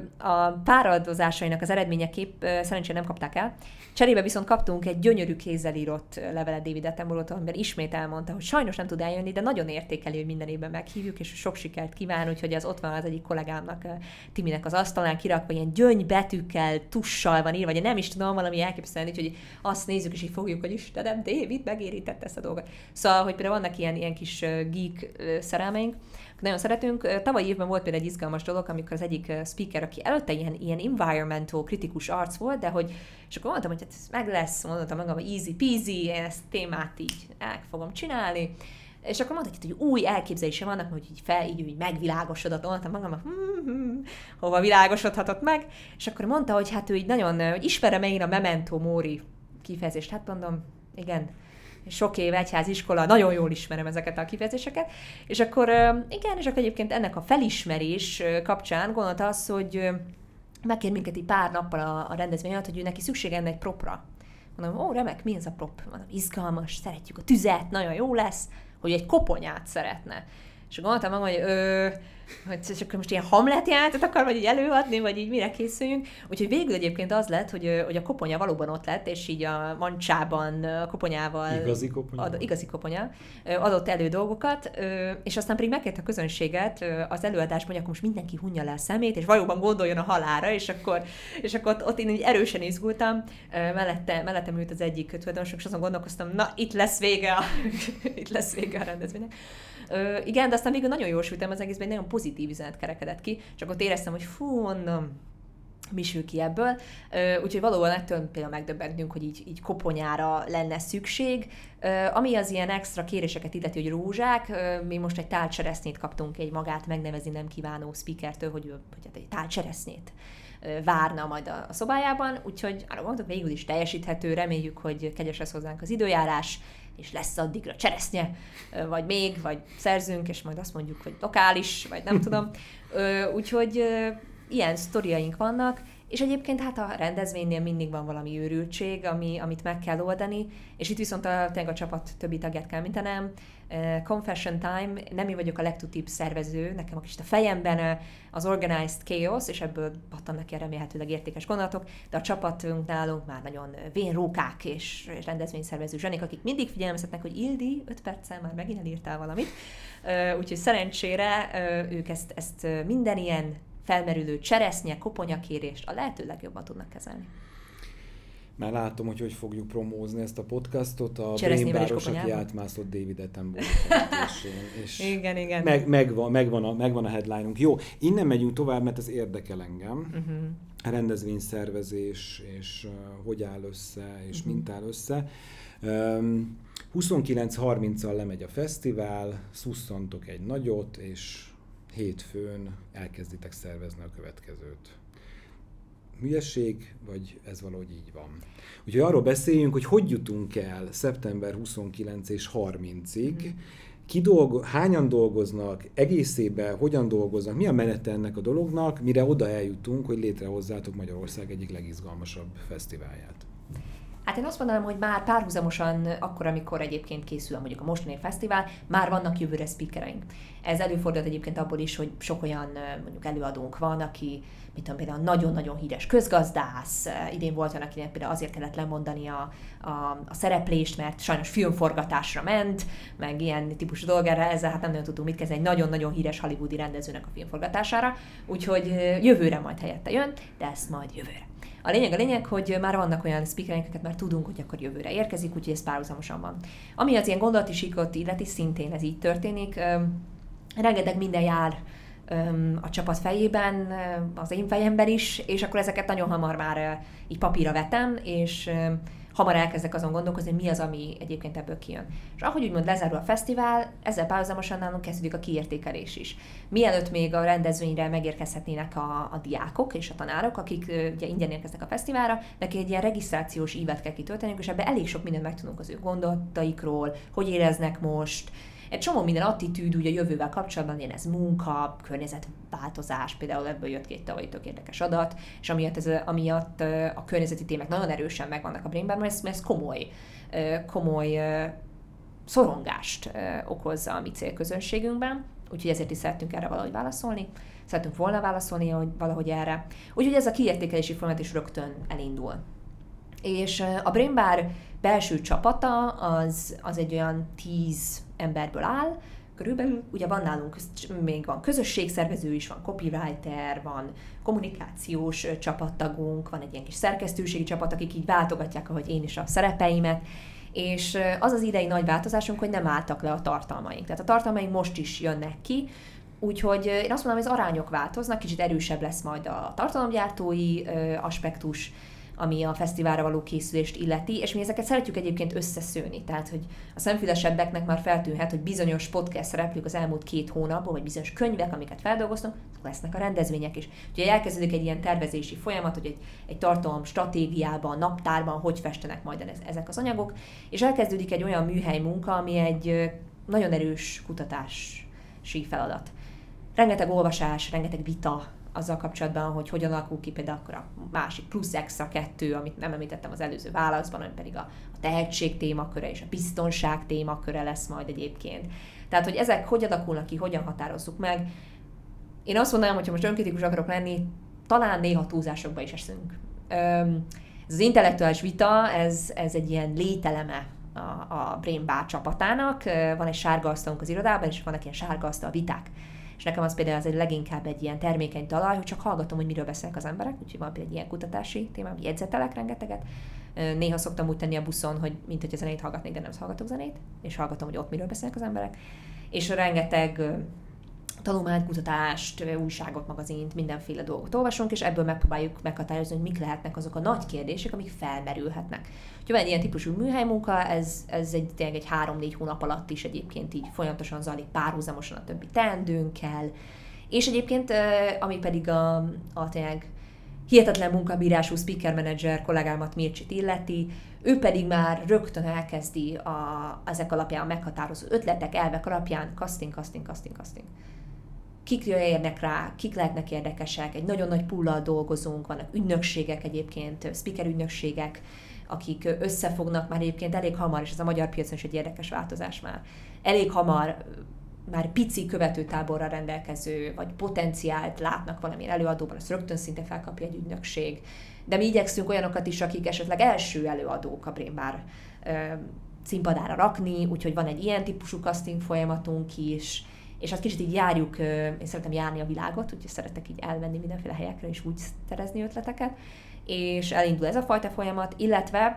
S2: a páradozásainak az eredményeképp szerencsére nem kapták el. Cserébe viszont kaptunk egy gyönyörű kézzel írott levelet David Attenborough-tól, amiben ismét elmondta, hogy sajnos nem tud eljönni, de nagyon értékeli, hogy minden évben meghívjuk, és sok sikert kíván, úgyhogy az ott van az egyik kollégámnak, Timinek az asztalán kirakva, ilyen gyöngybetűkkel, tussal van írva, vagy nem is tudom, valami elképzelni, hogy azt nézzük, és így fogjuk, hogy Istenem, David megérített ezt a dolgot. Szóval, hogy például vannak ilyen, ilyen kis geek szerelmeink, nagyon szeretünk. Tavaly évben volt például egy izgalmas dolog, amikor az egyik speaker, aki előtte ilyen, ilyen environmental kritikus arc volt, de hogy, és akkor mondtam, hogy hát ez meg lesz, mondtam magam, hogy easy peasy, én ezt témát így el fogom csinálni. És akkor mondta, hogy új elképzelése vannak, hogy így fel, így, így megvilágosodott, mondtam magam, hm, hm, hova világosodhatott meg, és akkor mondta, hogy hát ő így nagyon, hogy ismerem én a Memento Mori kifejezést, hát mondom, igen, sok év egyháziskola, nagyon jól ismerem ezeket a kifejezéseket, és akkor igen, és akkor egyébként ennek a felismerés kapcsán gondolta az, hogy megkér minket így pár nappal a, a rendezvény alatt, hogy ő neki szüksége lenne egy propra. Mondom, ó, remek, mi ez a prop? Mondom, izgalmas, szeretjük a tüzet, nagyon jó lesz, hogy egy koponyát szeretne. És gondoltam magam, hogy, ö, hogy csak most ilyen Hamlet játékot akar, vagy így előadni, vagy így mire készüljünk. Úgyhogy végül egyébként az lett, hogy, hogy a koponya valóban ott lett, és így a mancsában a koponyával...
S1: Igazi koponya?
S2: Ad, igazi koponya. Adott elő dolgokat, és aztán pedig megkért a közönséget az előadásban, hogy akkor most mindenki hunja le a szemét, és valóban gondoljon a halálra, és akkor, és akkor ott, ott én így erősen izgultam. Mellette, mellettem ült az egyik tulajdonosok, és azon gondolkoztam, na, itt lesz vége a, itt lesz vége a rendezvénynek. Ö, igen, de aztán végül nagyon jól sültem az egészben, egy nagyon pozitív üzenet kerekedett ki, csak ott éreztem, hogy fú, mondom, mi sül ki ebből. Ö, úgyhogy valóban ettől például megdöbbentünk, hogy így, így koponyára lenne szükség. Ö, ami az ilyen extra kéréseket illeti, hogy rózsák, ö, mi most egy tálcseresznyét kaptunk egy magát megnevezni nem kívánó speakertől, hogy, hogy hát egy tálcseresznyét várna majd a szobájában, úgyhogy arra gondoltuk, végül is teljesíthető, reméljük, hogy kegyes lesz hozzánk az időjárás, és lesz addigra cseresznye, vagy még, vagy szerzünk, és majd azt mondjuk, hogy lokális, vagy nem tudom. Úgyhogy ilyen sztoriaink vannak, és egyébként hát a rendezvénynél mindig van valami őrültség, ami, amit meg kell oldani, és itt viszont a, tényleg a csapat többi tagját kell említenem. Uh, confession time, nem én vagyok a legtutibb szervező, nekem a kicsit a fejemben az organized chaos, és ebből pattannak ki remélhetőleg értékes gondolatok, de a csapatunk nálunk már nagyon vénrókák és rendezvényszervező zsenik, akik mindig figyelmeztetnek, hogy Ildi, öt perccel már megint elírtál valamit. Uh, úgyhogy szerencsére uh, ők ezt, ezt minden ilyen felmerülő cseresznye, koponyakérést a lehető legjobban tudnak kezelni.
S1: Már látom, hogy hogy fogjuk promózni ezt a podcastot. A Brainbáros, aki átmászott David Attenborough temetésén. És
S2: igen, igen.
S1: Meg, megvan, megvan, a, megvan a headline-unk. Jó, innen megyünk tovább, mert ez érdekel engem. Uh-huh. Rendezvényszervezés, és uh, hogy áll össze, és uh-huh. mint áll össze. Um, huszonkilenc harminccal lemegy a fesztivál, szusszantok egy nagyot, és hétfőn elkezditek szervezni a következőt. Hülyeség, vagy ez valahogy így van. Úgyhogy arról beszéljünk, hogy hogy jutunk el szeptember huszonkilencedikéig és harmincadikáig, ki dolgo, hányan dolgoznak, egész évben hogyan dolgoznak, mi a menete ennek a dolognak, mire oda eljutunk, hogy létrehozzátok Magyarország egyik legizgalmasabb fesztiválját.
S2: Hát én azt mondanám, hogy már párhuzamosan akkor, amikor egyébként készül mondjuk a mostani fesztivál, már vannak jövőre speakereink. Ez előfordult egyébként abból is, hogy sok olyan mondjuk előadónk van, aki, mit tudom, például nagyon-nagyon híres közgazdász. Idén volt olyan, akinek például azért kellett lemondani a, a, a szereplést, mert sajnos filmforgatásra ment, meg ilyen típusú dolgára, ezzel hát nem nagyon tudtunk mit kezdeni, egy nagyon-nagyon híres hollywoodi rendezőnek a filmforgatására, úgyhogy jövőre majd helyette jön, de ezt majd jövőre. A lényeg a lényeg, hogy már vannak olyan speakereink, akiket már tudunk, hogy akkor jövőre érkezik, úgyhogy ez párhuzamosan van. Ami az ilyen gondolati síkot illeti, szintén ez így történik. Rengeteg minden jár a csapat fejében, az én fejemben is, és akkor ezeket nagyon hamar már így papírra vetem, és hamar elkezdek azon gondolkozni, hogy mi az, ami egyébként ebből kijön. És ahogy úgymond lezárul a fesztivál, ezzel párhuzamosan nálunk kezdődik a kiértékelés is. Mielőtt még a rendezvényre megérkezhetnének a, a diákok és a tanárok, akik ugye ingyen érkeznek a fesztiválra, neki egy ilyen regisztrációs ívet kell kitölteniük, és ebben elég sok mindent megtudunk az ő gondolataikról, hogy éreznek most. Egy csomó minden attitűd ugye a jövővel kapcsolatban, ilyen ez munka, környezetváltozás, például ebből jött ki egy tavalyi tök érdekes adat, és amiatt, ez, amiatt a környezeti témák nagyon erősen megvannak a brainben, mert ez, mert ez komoly, komoly szorongást okozza a mi célközönségünkben, úgyhogy ezért is szerettünk erre valahogy válaszolni, szerettünk volna válaszolni hogy valahogy erre. Úgyhogy ez a kiértékelési folyamat is rögtön elindul. És a Brain Bar belső csapata az, az egy olyan tíz emberből áll, körülbelül, ugye van nálunk, még van közösségszervező is, van copywriter, van kommunikációs csapattagunk, van egy ilyen kis szerkesztőségi csapat, akik így váltogatják, ahogy én is a szerepeimet, és az az idei nagy változásunk, hogy nem álltak le a tartalmaink. Tehát a tartalmaink most is jönnek ki, úgyhogy én azt mondom, hogy az arányok változnak, kicsit erősebb lesz majd a tartalomgyártói aspektus, ami a fesztiválra való készülést illeti, és mi ezeket szeretjük egyébként összeszőni. Tehát, hogy a szemfülesebbeknek már feltűnhet, hogy bizonyos podcast szereplők az elmúlt két hónapban, vagy bizonyos könyvek, amiket feldolgoztunk, lesznek a rendezvények is. Úgyhogy elkezdődik egy ilyen tervezési folyamat, hogy egy, egy tartalom stratégiában, naptárban hogy festenek majd ezek az anyagok, és elkezdődik egy olyan műhely munka, ami egy nagyon erős kutatási feladat. Rengeteg olvasás, rengeteg vita azzal kapcsolatban, hogy hogyan alakul ki például akkor a másik plusz extra kettő, amit nem említettem az előző válaszban, ami pedig a, a tehetség témaköre és a biztonság témaköre lesz majd egyébként. Tehát, hogy ezek hogy alakulnak ki, hogyan határozzuk meg. Én azt mondanám, hogy ha most önkritikus akarok lenni, talán néha túlzásokba is esünk. Ez az intellektuális vita, ez, ez egy ilyen lételeme a, a Brain Bar csapatának. Van egy sárga asztalunk az irodában, és vannak ilyen sárga asztal viták. És nekem az például az egy leginkább egy ilyen termékeny talaj, hogy csak hallgatom, hogy miről beszélnek az emberek, úgyhogy van például egy ilyen kutatási témám, jegyzetelek rengeteget. Néha szoktam úgy tenni a buszon, hogy mint hogy a zenét hallgatnék, de nem hallgatok zenét, és hallgatom, hogy ott miről beszélnek az emberek. És rengeteg tanulmánykutatást, újságot, magazint, mindenféle dolgot olvasunk, és ebből megpróbáljuk meghatározni, hogy mik lehetnek azok a nagy kérdések, amik felmerülhetnek. Úgyhogy van egy ilyen típusú műhelymunka, ez, ez egy, tényleg egy három-négy hónap alatt is egyébként így folyamatosan zajlik párhuzamosan a többi teendőnkkel, és egyébként, ami pedig a, a tényleg hihetetlen munkabírású speaker manager kollégámat Mircsit illeti, ő pedig már rögtön elkezdi a, ezek alapján meghatározó ötletek, elvek alapján casting, casting, casting, casting. Kik érnek rá, kik lehetnek érdekesek, egy nagyon nagy pullal dolgozunk, vannak ügynökségek egyébként, speaker ügynökségek, akik összefognak már egyébként elég hamar, és ez a magyar piacon is egy érdekes változás már. Elég hamar már pici követőtáborral rendelkező, vagy potenciált látnak valamilyen előadóban, azt rögtön szinte felkapja egy ügynökség. De mi igyekszünk olyanokat is, akik esetleg első előadók a Brain Bar színpadára rakni, úgyhogy van egy ilyen típusú casting folyamatunk is, és hát kicsit így járjuk, én szeretem járni a világot, úgyhogy szeretek így elmenni mindenféle helyekre, és úgy szerezni ötleteket, és elindul ez a fajta folyamat, illetve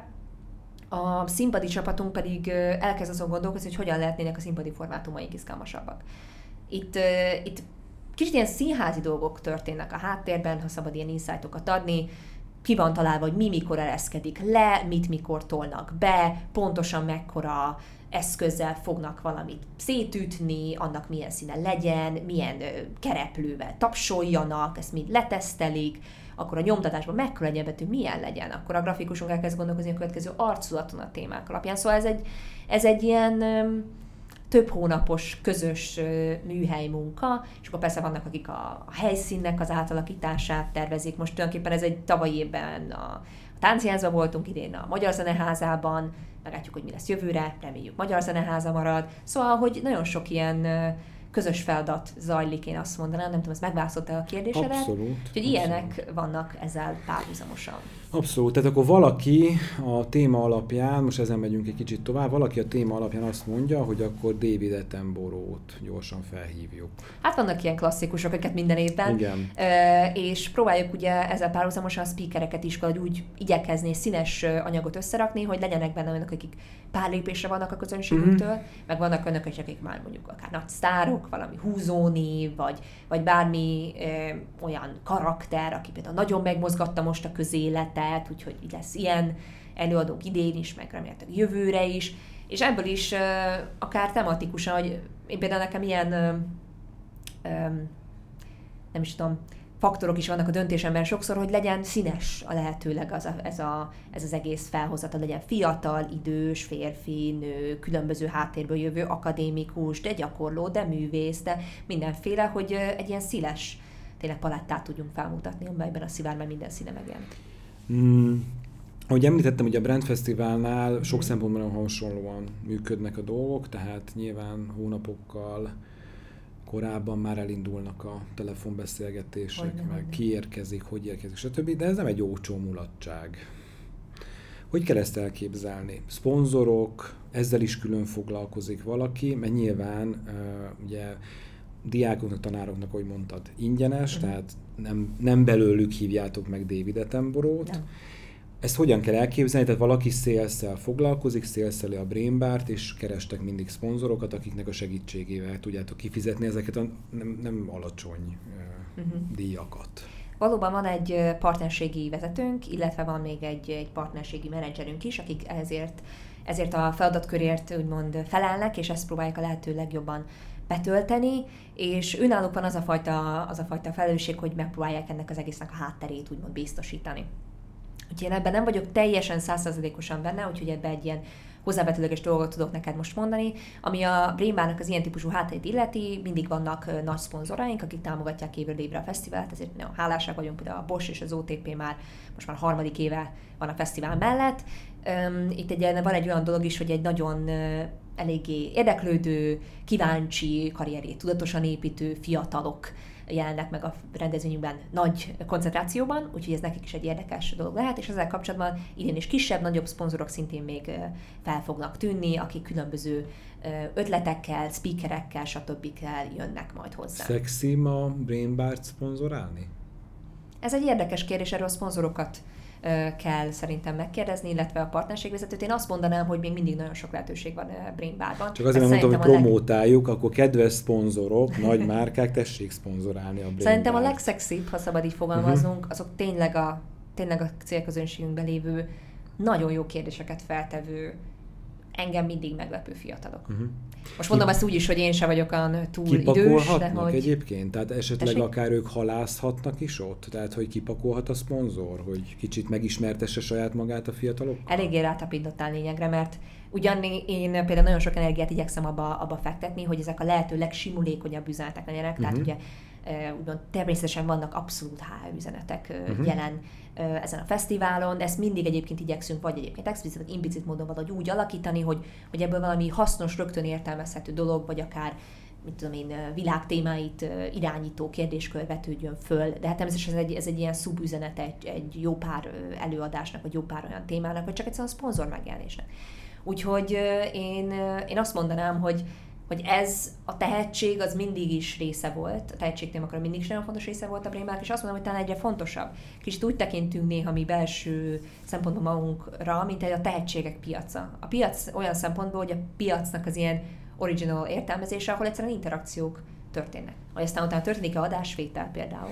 S2: a színpadi csapatunk pedig elkezd azon gondolkozni, hogy hogyan lehetnének a színpadi formátumaink izgalmasabbak. Itt, itt kicsit ilyen színházi dolgok történnek a háttérben, ha szabad ilyen insightokat adni, ki van találva, hogy mi mikor ereszkedik le, mit mikor tolnak be, pontosan mekkora eszközzel fognak valamit szétütni, annak milyen színe legyen, milyen kereplővel tapsoljanak, ezt mind letesztelik, akkor a nyomtatásban mekkora legyen betű, milyen legyen, akkor a grafikusunk elkezd gondolkozni a következő arculaton a témák alapján. Szóval ez egy, ez egy ilyen több hónapos közös műhely munka, és akkor persze vannak, akik a helyszínnek az átalakítását tervezik. Most tulajdonképpen ez egy tavalyi évben a Táncjánzban voltunk, idén a Magyar Zeneházában, meglátjuk, hogy mi lesz jövőre, reméljük Magyar Zeneháza marad. Szóval, hogy nagyon sok ilyen közös feladat zajlik, én azt mondanám, nem tudom, ez megválaszolta a kérdésedet.
S1: Abszolút.
S2: Úgyhogy ilyenek vannak ezzel párhuzamosan.
S1: Abszolút. Tehát akkor valaki a téma alapján, most ezen megyünk egy kicsit tovább, valaki a téma alapján azt mondja, hogy akkor David Attenborough-t gyorsan felhívjuk.
S2: Hát vannak ilyen klasszikusok, akiket minden évben.
S1: Igen.
S2: E, és próbáljuk ugye ezzel párhuzamosan a speakereket is valahogy úgy igyekezni, színes anyagot összerakni, hogy legyenek benne olyanok, akik pár lépésre vannak a közönségünktől, mm-hmm. meg vannak önök, akik már mondjuk akár nagy sztárok, valami húzónév, vagy, vagy bármi e, olyan karakter, aki például nagyon megmozgatta most a közéletet, úgyhogy lesz ilyen előadók idén is, meg remélhetőleg jövőre is, és ebből is e, akár tematikusan, hogy én például nekem ilyen e, e, nem is tudom, faktorok is vannak a döntésemben sokszor, hogy legyen színes a lehetőleg az a, ez, a, ez az egész felhozata, legyen fiatal, idős, férfi, nő, különböző háttérből jövő akadémikus, de gyakorló, de művész, de mindenféle, hogy egy ilyen színes tényleg palettát tudjunk felmutatni, amelyben a szivárvány minden színe megjelenik.
S1: Mm. Ahogy említettem, hogy a Brand Fesztiválnál sok szempontból nagyon hasonlóan működnek a dolgok, tehát nyilván hónapokkal korábban már elindulnak a telefonbeszélgetések, hogy meg hogy ki érkezik, hogy érkezik, stb. De ez nem egy olcsó mulatság. Hogy kell ezt elképzelni? Szponzorok, ezzel is külön foglalkozik valaki, mert nyilván uh, ugye diákoknak, tanároknak, ahogy mondtad, ingyenes, uh-huh. tehát nem, nem belőlük hívjátok meg David Attenborough-t. Nem. Ezt hogyan kell elképzelni? Tehát valaki szélsszel foglalkozik, szélszeli a Brain Bart, és kerestek mindig szponzorokat, akiknek a segítségével tudjátok kifizetni ezeket a nem, nem alacsony uh-huh. díjakat.
S2: Valóban van egy partnerségi vezetőnk, illetve van még egy, egy partnerségi menedzserünk is, akik ezért, ezért a feladatkörért úgymond felelnek, és ezt próbálják a lehető legjobban betölteni, és önállók van az a fajta, az a fajta felelősség, hogy megpróbálják ennek az egésznek a hátterét úgymond biztosítani. Úgyhogy én ebben nem vagyok teljesen száz százalékosan benne, úgyhogy ebben egy ilyen hozzávetőleges dolgot tudok neked most mondani. Ami a Brain Barnak az ilyen típusú hátterét illeti, mindig vannak nagy szponzoraink, akik támogatják évről évre a fesztivált, ezért nagyon hálásak vagyunk, például a Bosch és az o té pé már most már a harmadik éve van a fesztivál mellett. Itt egy, van egy olyan dolog is, hogy egy nagyon eléggé érdeklődő, kíváncsi, karrierjét tudatosan építő fiatalok jelennek meg a rendezvényünkben nagy koncentrációban, úgyhogy ez nekik is egy érdekes dolog lehet, és ezzel kapcsolatban idén is kisebb, nagyobb szponzorok szintén még fel fognak tűnni, akik különböző ötletekkel, speakerekkel, stb. Jönnek majd hozzá.
S1: Szexi ma Brain Bart szponzorálni?
S2: Ez egy érdekes kérdés, erről a szponzorokat kell szerintem megkérdezni, illetve a partnerségvezetőt. Én azt mondanám, hogy még mindig nagyon sok lehetőség van Brain Barban.
S1: Csak azért mondtam, hogy promótáljuk, leg... akkor kedves szponzorok, nagy márkák, tessék szponzorálni a Brain
S2: Szerintem
S1: Bart.
S2: A legszexibb, ha szabad így fogalmaznunk, uh-huh. azok tényleg a, tényleg a célközönségünkben lévő, nagyon jó kérdéseket feltevő, engem mindig meglepő fiatalok. Uh-huh. Most mondom ezt úgy is, hogy én sem vagyok olyan túl idős, de hogy...
S1: egyébként? Tehát esetleg
S2: Tessék?
S1: akár ők halászhatnak is ott? Tehát, hogy kipakolhat a szponzor? Hogy kicsit megismertesse saját magát a fiatalok?
S2: Eléggé rátapintottál lényegre, mert ugyan én például nagyon sok energiát igyekszem abba, abba fektetni, hogy ezek a lehető legsimulékonyabb üzenetek legyenek. Uh-huh. Tehát ugye úgymond természetesen vannak abszolút há er üzenetek uh-huh. jelen ezen a fesztiválon, de ezt mindig egyébként igyekszünk, vagy egyébként explicit, vagy implicit módon valahogy úgy alakítani, hogy, hogy ebből valami hasznos, rögtön értelmezhető dolog, vagy akár mit tudom én, világtémáit irányító kérdéskör vetődjön föl, de hát természetesen ez egy, ez egy ilyen szubüzenet egy, egy jó pár előadásnak, vagy jó pár olyan témának, vagy csak egyszerűen a szponzor megjelenésnek. Úgyhogy én, én azt mondanám, hogy hogy ez a tehetség az mindig is része volt, a tehetségtémakra mindig is nagyon fontos része volt a Brain Barnak, és azt mondom, hogy talán egyre fontosabb. Kicsit úgy tekintünk néha mi belső szempontból magunkra, mint egy a tehetségek piaca. A piac olyan szempontból, hogy a piacnak az ilyen original értelmezése, ahol egyszerűen interakciók történnek. Hogy aztán utána történik a adásvétel például,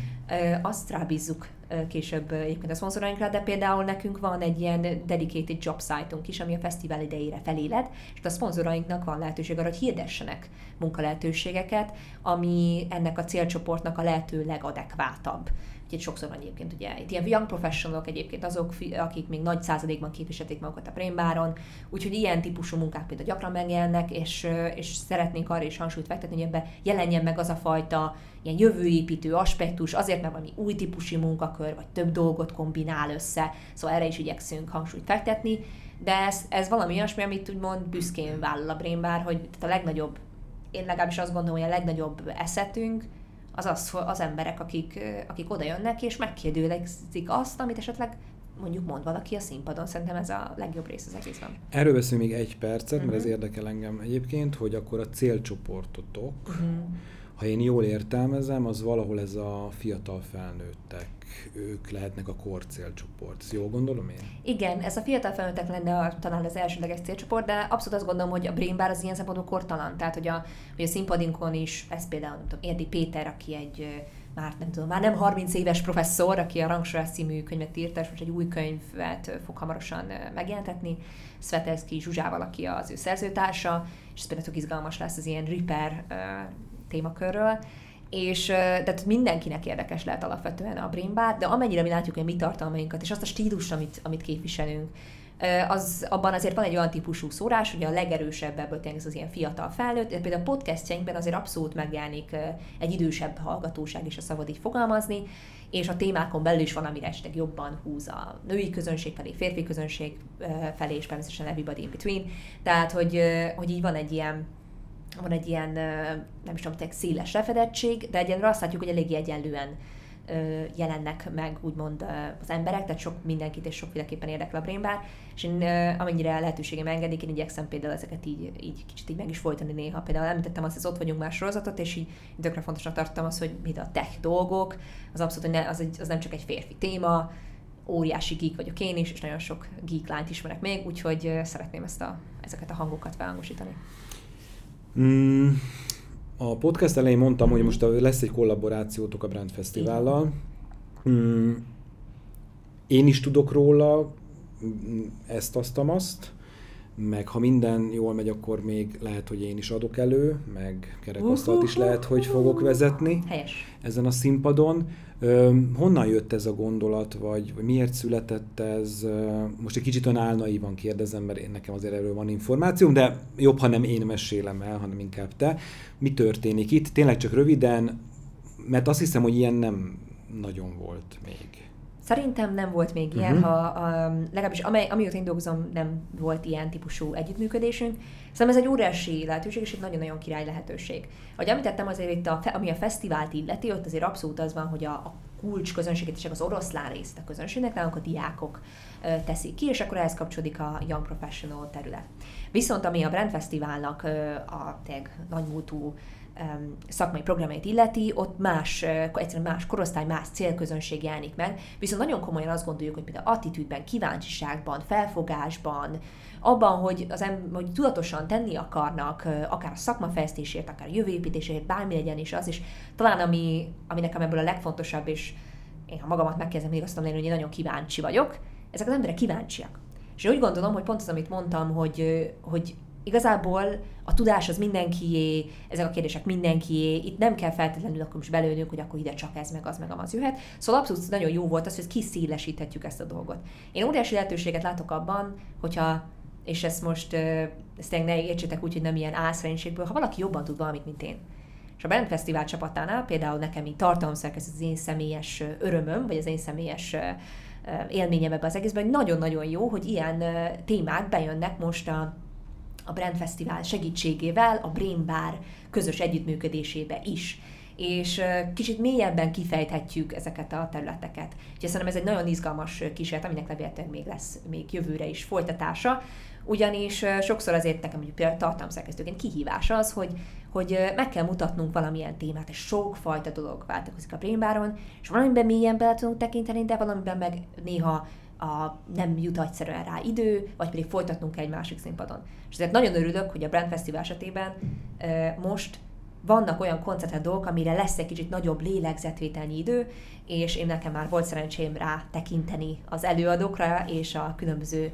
S2: azt rábízzuk később egyébként a szponzorainkra, de például nekünk van egy ilyen dedicated job site-unk is, ami a fesztivál idejére feléled, és a szponzorainknak van lehetőség arra, hogy hirdessenek munkalehetőségeket, ami ennek a célcsoportnak a lehető legadekvátabb. Úgyhogy sokszor van egyébként ugye itt ilyen young professionalok egyébként azok, akik még nagy százalékban képviselték magukat a Brain Baron, úgyhogy ilyen típusú munkák például gyakran megjelennek, és, és szeretnénk arra is hangsúlyt fektetni, hogy ebbe jelenjen meg az a fajta ilyen jövőépítő aspektus, azért, mert valami új típusú munkakör, vagy több dolgot kombinál össze, szóval erre is igyekszünk hangsúlyt fektetni, de ez, ez valami olyasmi, amit úgymond büszkén vállal a Brain Bar, hogy a legnagyobb, én legalábbis azt gondolom, hogy a legnagyobb eszetünk, az az, az emberek, akik, akik oda jönnek, és megkérdőjelezik azt, amit esetleg mondjuk mond valaki a színpadon. Szerintem ez a legjobb rész az egészben.
S1: Erről beszélünk még egy percet, mert
S2: uh-huh.
S1: ez érdekel engem egyébként, hogy akkor a célcsoportotok, uh-huh. ha én jól értelmezem, az valahol ez a fiatal felnőttek, ők lehetnek a core célcsoport. Ezt jól gondolom én?
S2: Igen, ez a fiatal felnőttek lenne a, talán az elsődleges célcsoport, de abszolút azt gondolom, hogy a Brain Bar az ilyen szempontból kortalan. Tehát, hogy a, hogy a színpadinkon is, ez például, nem tudom, Érdi Péter, aki egy már nem tudom, már nem harminc éves professzor, aki a Rangsorolás című könyvet írta, és most egy új könyvet fog hamarosan megjelentetni, Svetelszky Zsuzsával, aki az ő szerzőtársa, és ez például tök izgalmas lesz az ilyen Repair uh, témakörről, és tehát mindenkinek érdekes lehet alapvetően a Brain Bar, de amennyire mi látjuk a mi tartalmainkat, és azt a stílust, amit, amit képviselünk, az, abban azért van egy olyan típusú szórás, hogy a legerősebb ebből tényleg ez az ilyen fiatal felnőtt, de például a podcastjainkben azért abszolút megjelenik egy idősebb hallgatóság is, a szabad így fogalmazni, és a témákon belül is van, amire esetleg jobban húz a női közönség felé, férfi közönség felé, és természetesen everybody in between. Tehát, hogy, hogy így van egy ilyen van egy ilyen, nem is tudom, széles lefedettség, de egyenlőre azt látjuk, hogy eléggé egyenlően jelennek meg úgymond az emberek, tehát sok mindenkit és sokféleképpen érdekel a Brain Bar, és én amennyire lehetőségem engedik, én igyekszem például ezeket így, így kicsit így meg is folytani néha. Például említettem azt, hogy az Ott vagyunk már sorozatot, és így tökre fontosnak tartottam azt, hogy mit a tech dolgok, az abszolút, hogy ne, az, egy, az nem csak egy férfi téma, óriási geek vagyok én is, és nagyon sok geek lányt ismerek még, úgyhogy szeretném ezt a, ezeket a hangokat felhangosítani.
S1: Mm, a podcast elején mondtam, hogy most lesz egy kollaborációtok a Brand Fesztivállal. Mm, én is tudok róla ezt, azt, azt, meg ha minden jól megy, akkor még lehet, hogy én is adok elő, meg kerekasztalt is lehet, hogy fogok vezetni.
S2: Helyes.
S1: Ezen a színpadon. Honnan jött ez a gondolat, vagy, vagy miért született ez? Most egy kicsit olyan álnaívan kérdezem, mert én nekem azért erről van információm, de jobb, ha nem én mesélem el, hanem inkább te. Mi történik itt? Tényleg csak röviden, mert azt hiszem, hogy ilyen nem nagyon volt még.
S2: Szerintem nem volt még ilyen,
S1: uh-huh.
S2: ha a, legalábbis amely, amióta én dolgozom, nem volt ilyen típusú együttműködésünk. Szerintem ez egy óriási lehetőség, és egy nagyon-nagyon király lehetőség. Ahogy említettem, azért itt, a, ami a fesztivált illeti, ott azért abszolút az van, hogy a, a kulcs közönséget és az oroszlán részt a közönségnek, nálunk a diákok ö, teszik ki, és akkor ehhez kapcsolódik a Young Professional terület. Viszont ami a Brand Fesztiválnak ö, a tényleg nagymúltú szakmai programjait illeti, ott más, egyszerűen más korosztály, más célközönség jelenik meg, viszont nagyon komolyan azt gondoljuk, hogy például attitűdben, kíváncsiságban, felfogásban, abban, hogy, az em- hogy tudatosan tenni akarnak, akár a szakmafejlesztésért, akár a jövőépítésért, bármi legyen is az, és talán ami, ami nekem ebből a legfontosabb, és én ha magamat megkezdem, még azt mondom, hogy én nagyon kíváncsi vagyok, ezek az emberek kíváncsiak. És én úgy gondolom, hogy pont az, amit mondtam, hogy, hogy igazából a tudás az mindenkié, ezek a kérdések mindenkié, itt nem kell feltétlenül akkor most belőnünk, hogy akkor ide csak ez, meg az, meg az jöhet. Szóval abszolút nagyon jó volt az, hogy kiszélesíthetjük ezt a dolgot. Én óriási lehetőséget látok abban, hogyha, és ezt most, ezt ne értsétek úgy, hogy nem ilyen álszerénységből, ha valaki jobban tud valamit, mint én. És a Brand Fesztivál csapatánál például nekem így tartalomszerkesztő az én személyes örömöm, vagy az én személyes élményem ebben az egészben, hogy nagyon-nagyon jó, hogy ilyen témák bejönnek most a a Brand Fesztivál segítségével, a Brain Bar közös együttműködésébe is. És kicsit mélyebben kifejthetjük ezeket a területeket. Úgyhogy szerintem ez egy nagyon izgalmas kísérlet, aminek levéletlenül még lesz még jövőre is folytatása. Ugyanis sokszor azért nekem, hogy például tartalomszerkesztőként kihívás az, hogy, hogy meg kell mutatnunk valamilyen témát, és sokfajta dolog változik a Brain Baron, és valamiben mélyen bele tudunk tekinteni, de valamiben meg néha a, nem jut egyszerűen rá idő, vagy pedig folytatnunk egy másik színpadon. És ezért nagyon örülök, hogy a Brand Fesztivál esetében e, most vannak olyan koncertet dolgok, amire lesz egy kicsit nagyobb lélegzetvételnyi idő, és én nekem már volt szerencsém rá tekinteni az előadókra és a különböző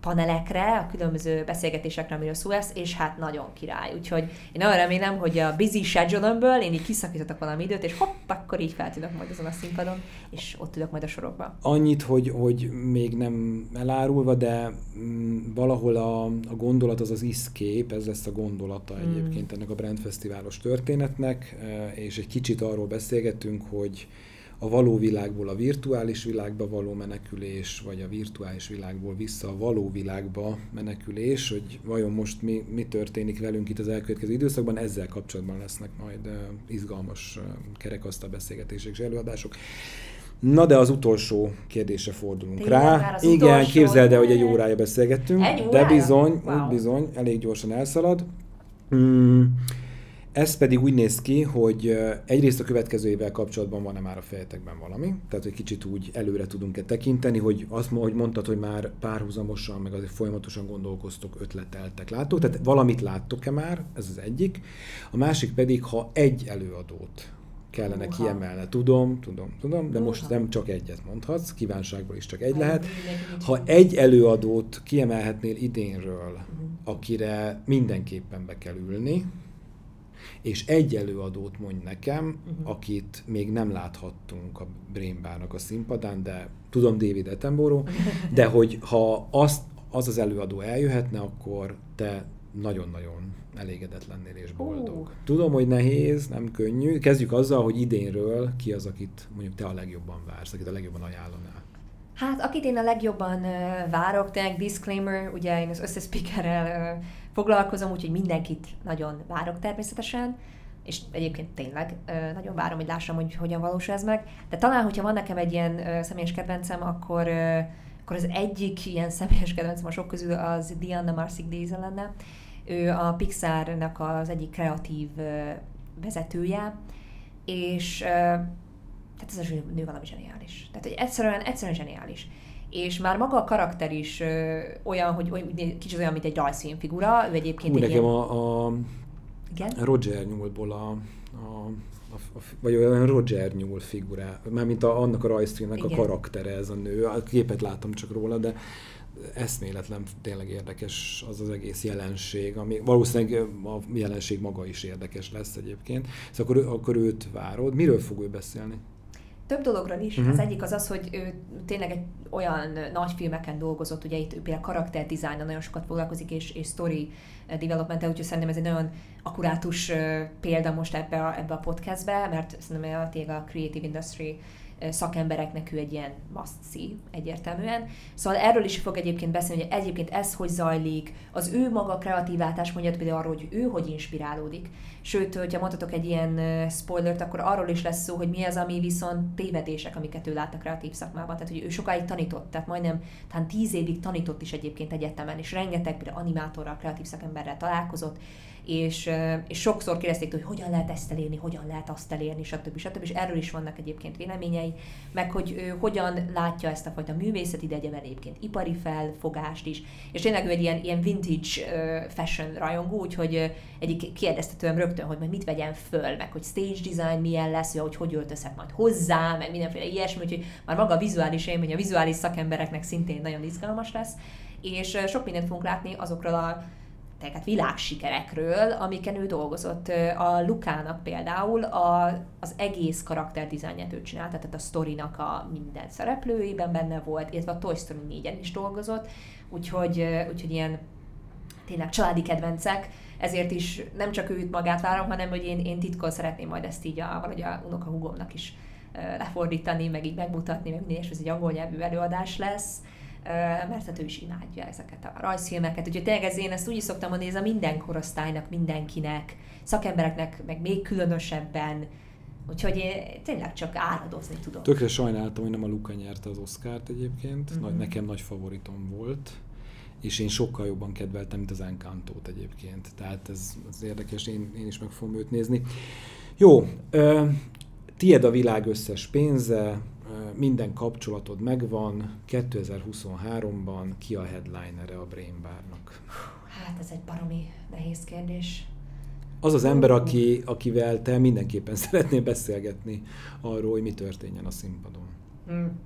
S2: panelekre, a különböző beszélgetésekre, amiről szó lesz, és hát nagyon király. Úgyhogy én nagyon remélem, hogy a busy schedule-ömből én így kiszakítottak valami időt, és hopp, akkor így fel tudok majd azon a színpadon, és ott ülök majd a sorokba.
S1: Annyit, hogy, hogy még nem elárulva, de mm, valahol a, a gondolat az az escape, ez lesz a gondolata mm. egyébként ennek a Brand Fesztiválos történetnek, és egy kicsit arról beszélgetünk, hogy a való világból a virtuális világba való menekülés, vagy a virtuális világból vissza a való világba menekülés, hogy vajon most mi, mi történik velünk itt az elkövetkező időszakban, ezzel kapcsolatban lesznek majd uh, izgalmas uh, kerekasztal beszélgetések és előadások. Na de az utolsó kérdésre fordulunk
S2: Tényleg
S1: rá. Igen, képzeld el, hogy egy órája beszélgettünk, de bizony,
S2: wow.
S1: úgy bizony, elég gyorsan elszalad. Mm. Ez pedig úgy néz ki, hogy egyrészt a következő évvel kapcsolatban van-e már a fejetekben valami, tehát egy kicsit úgy előre tudunk-e tekinteni, hogy azt, hogy mondtad, hogy már párhuzamosan, meg azért folyamatosan gondolkoztok, ötleteltek, láttok, tehát valamit láttok-e már, ez az egyik. A másik pedig, ha egy előadót kellene Uha. kiemelni, tudom, tudom, tudom, de Uha. most nem csak egyet mondhatsz, kívánságból is csak egy lehet. Ha egy előadót kiemelhetnél idénről, uh-huh. akire mindenképpen be kell ülni, és egy előadót mondj nekem, uh-huh. akit még nem láthattunk a Brain Barnak a színpadán, de tudom David Attenborough, de hogy ha azt, az az előadó eljöhetne, akkor te nagyon-nagyon elégedett lennél és boldog. Uh. Tudom, hogy nehéz, nem könnyű. Kezdjük azzal, hogy idénről ki az, akit mondjuk te a legjobban vársz, akit a legjobban ajánlanál.
S2: Hát, akit én a legjobban uh, várok, tényleg disclaimer, ugye én az összes speakerrel uh, foglalkozom, úgyhogy mindenkit nagyon várok természetesen, és egyébként tényleg uh, nagyon várom, hogy lássam, hogy hogyan valósul ez meg. De talán, hogyha van nekem egy ilyen uh, személyes kedvencem, akkor, uh, akkor az egyik ilyen személyes kedvencem a sok közül az Diana Marcik-Déza lenne. Ő a Pixarnak az egyik kreatív uh, vezetője, és uh, tehát ez a nő valami zseniális. Tehát, hogy egyszerűen, egyszerűen zseniális. És már maga a karakter is ö, olyan, hogy, hogy kicsit olyan, mint egy rajzfilm figura. Ő egyébként
S1: Hú,
S2: egy
S1: nekem
S2: ilyen...
S1: a, a
S2: Igen?
S1: Roger Newellból a, a, a, a, vagy olyan Roger Newell figura, mármint a, annak a rajzfilmnek Igen. a karaktere ez a nő. A képet látom csak róla, de eszméletlen, tényleg érdekes az az egész jelenség, ami valószínűleg a jelenség maga is érdekes lesz egyébként. Szóval akkor, akkor őt várod. Miről fog ő beszélni?
S2: Több dologról is. Uh-huh. Az egyik az az, hogy ő tényleg egy olyan nagy filmeken dolgozott, ugye itt például karakter design nagyon sokat foglalkozik, és, és story development-tel, úgyhogy szerintem ez egy nagyon akkurátus példa most ebbe a, ebbe a podcastbe, mert szerintem a, tényleg a creative industry szakembereknek ő egy ilyen must-see egyértelműen. Szóval erről is fog egyébként beszélni, hogy egyébként ez hogy zajlik, az ő maga kreatív látásmódja például arról, hogy ő hogy inspirálódik. Sőt, hogyha mondhatok egy ilyen spoilert, akkor arról is lesz szó, hogy mi az, ami viszont tévedések, amiket ő lát a kreatív szakmában. Tehát, hogy ő sokáig tanított, tehát majdnem talán tíz évig tanított is egyébként egyetemen, és rengeteg például animátorral, kreatív szakemberrel találkozott, és, és sokszor kérdezték, hogy hogyan lehet ezt elérni, hogyan lehet azt elérni, stb. stb. És erről is vannak egyébként véleményei, meg hogy ő hogyan látja ezt a fajta művészeti, de egyébként egyébként ipari felfogást is. És tényleg ő egy ilyen, ilyen vintage uh, fashion rajongó, úgyhogy uh, egyik kérdezte tőlem rögtön, hogy majd mit vegyen föl, meg hogy stage design milyen lesz, hogy hogy öltözhet majd hozzá, meg mindenféle ilyesmi, úgyhogy már maga a vizuális élmény a vizuális szakembereknek szintén nagyon izgalmas lesz. És uh, sok mindent fogunk látni azokról a tehát világsikerekről, amiken ő dolgozott. A Lukának például a, az egész karakterdizájnját ő csinálta, tehát a sztorinak a minden szereplőjében benne volt, illetve a Toy Story négyen is dolgozott, úgyhogy, úgyhogy ilyen tényleg családi kedvencek, ezért is nem csak őt magát várom, hanem hogy én, én titkon szeretném majd ezt így a, valahogy a unokahúgomnak is lefordítani, meg így megmutatni, meg minden, és ez egy angol nyelvű előadás lesz, mert hát ő is imádja ezeket a rajzfilmeket. Úgyhogy tényleg ez, én ezt úgy is szoktam mondani, ez a minden korosztálynak, mindenkinek, szakembereknek, meg még különösebben. Úgyhogy én tényleg csak áradozni tudom.
S1: Tökre sajnáltam, hogy nem a Luca nyerte az Oscart egyébként. Mm-hmm. Nagy, nekem nagy favoritom volt. És én sokkal jobban kedveltem, mint az Encantót egyébként. Tehát ez, ez érdekes, én, én is meg fogom őt nézni. Jó, ö, tied a világ összes pénze, minden kapcsolatod megvan, kétezer-huszonháromban ki a headlinere a Brain Barnak?
S2: Hát ez egy baromi nehéz kérdés.
S1: Az az ember, aki, akivel te mindenképpen szeretnél beszélgetni arról, hogy mi történjen a színpadon.
S2: Hmm.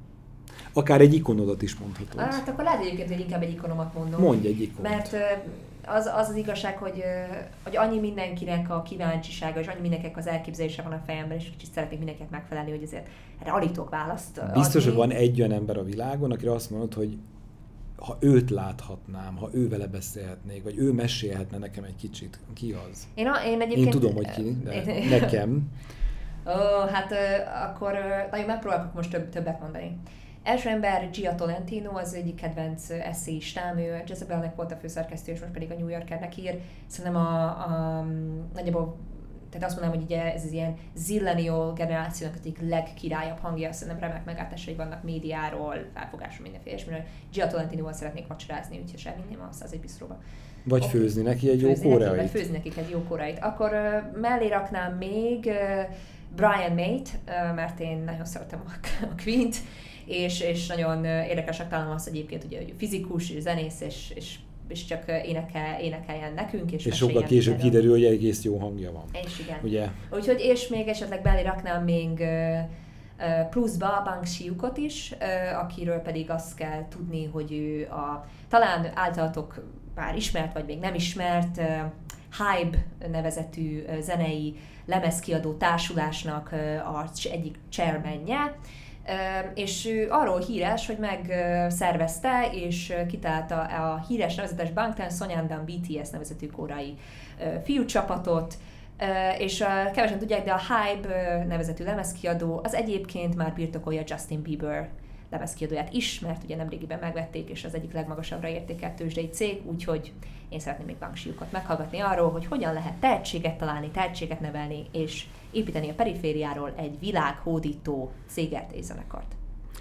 S1: Akár egy ikonodat is mondhatod.
S2: Hát akkor lehet egyébként, hogy inkább egy ikonomat mondom.
S1: Mondj egy ikont.
S2: Mert az az, az igazság, hogy, hogy annyi mindenkinek a kíváncsisága, és annyi mindenkinek az elképzelése van a fejemben, és kicsit szeretnék mindenkinek megfelelni, hogy ezért erre alig tudok választ
S1: Biztos, hogy
S2: adni.
S1: van egy olyan ember a világon, akire azt mondod, hogy ha őt láthatnám, ha ő vele beszélhetnék, vagy ő mesélhetne nekem egy kicsit, ki az?
S2: Én, a, én egyébként...
S1: Én tudom, hogy ki, de nekem.
S2: Ó, hát akkor nagyon megpróbálok most több, többet mondani. Első ember Gia Tolentino, az egyik kedvenc eszéistám, ő Jezebelnek volt a főszerkesztő, és most pedig a New Yorkernek ír. Szerintem a, a nagyjából, tehát azt mondanám, hogy ugye ez az ilyen zillennial generációnak egyik legkirályabb hangja, szerintem remek megállításai vannak médiáról, felfogásról, mindenféle ilyesmiről. Gia Tolentinoval szeretnék vacsorázni, úgyhogy elvinném azt az egy bistróba.
S1: Vagy okay. főzni neki egy jó
S2: főzni
S1: koreait.
S2: Neki, vagy főzni nekik egy jó koreait. Akkor uh, mellé raknám még uh, Brian May-t, uh, mert én nagyon szeretem a, a Queen-t, és, és nagyon érdekesek találom azt egyébként, ugye, hogy fizikus, zenész, és, és, és csak énekel, énekeljen nekünk. És,
S1: és sokkal később kiderül, hogy egész jó hangja van.
S2: És igen.
S1: Ugye?
S2: Úgyhogy, és még esetleg belé raknám még uh, uh, pluszba Bang Si-ukot is, uh, akiről pedig azt kell tudni, hogy ő a talán általatok már ismert, vagy még nem ismert uh, Hybe nevezetű uh, zenei lemezkiadó társulásnak uh, az egyik chairmanje, Uh, és ő arról híres, hogy megszervezte és kitalálta a híres nevezetes Bangtan Sonyeondan bé té es nevezetű koreai uh, fiúcsapatot, uh, és uh, kevesen tudják, de a Hybe uh, nevezetű lemezkiadó az egyébként már birtokolja Justin Bieber lemezkiadóját is, mert ugye nemrégiben megvették, és az egyik legmagasabbra értékelt tőzsdei cég, úgyhogy én szeretném még Bang Si-ukot meghallgatni arról, hogy hogyan lehet tehetséget találni, tehetséget nevelni, és építeni a perifériáról egy világhódító céget és zenekart.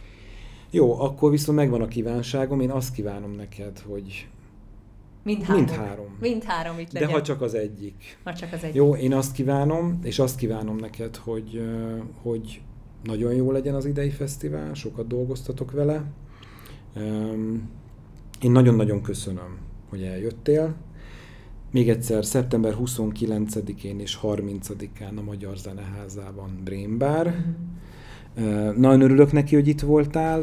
S1: Jó, akkor viszont megvan a kívánságom, én azt kívánom neked, hogy
S2: Mindhárom.
S1: Mindhárom.
S2: Mindhárom itt legyen.
S1: De ha csak az egyik.
S2: Ha csak az egyik.
S1: Jó, én azt kívánom, és azt kívánom neked, hogy, hogy nagyon jó legyen az idei fesztivál, sokat dolgoztatok vele. Én nagyon-nagyon köszönöm, hogy eljöttél. Még egyszer szeptember huszonkilencedikén és harmincadikán a Magyar Zeneházában Brain Bar. Mm-hmm. Nagyon örülök neki, hogy itt voltál.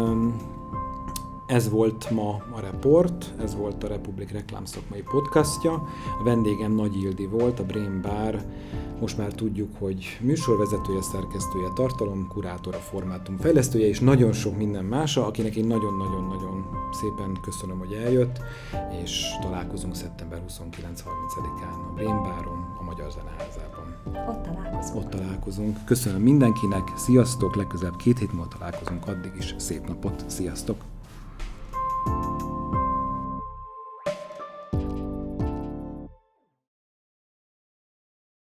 S1: Ez volt ma a Report, ez volt a Republik reklámszakmai podcastja. A vendégem Nagy Ildi volt, a Brain Bar. Most már tudjuk, hogy műsorvezetője, szerkesztője, tartalomkurátora, formátumfejlesztője, és nagyon sok minden mása, akinek én nagyon-nagyon-nagyon szépen köszönöm, hogy eljött, és találkozunk szeptember huszonkilenc-harmincadikán a Brain Baron, a Magyar Zeneházában.
S2: Ott találkozunk.
S1: Ott találkozunk. Köszönöm mindenkinek, sziasztok, legközelebb két hét múlva találkozunk, addig is szép napot, sziasztok!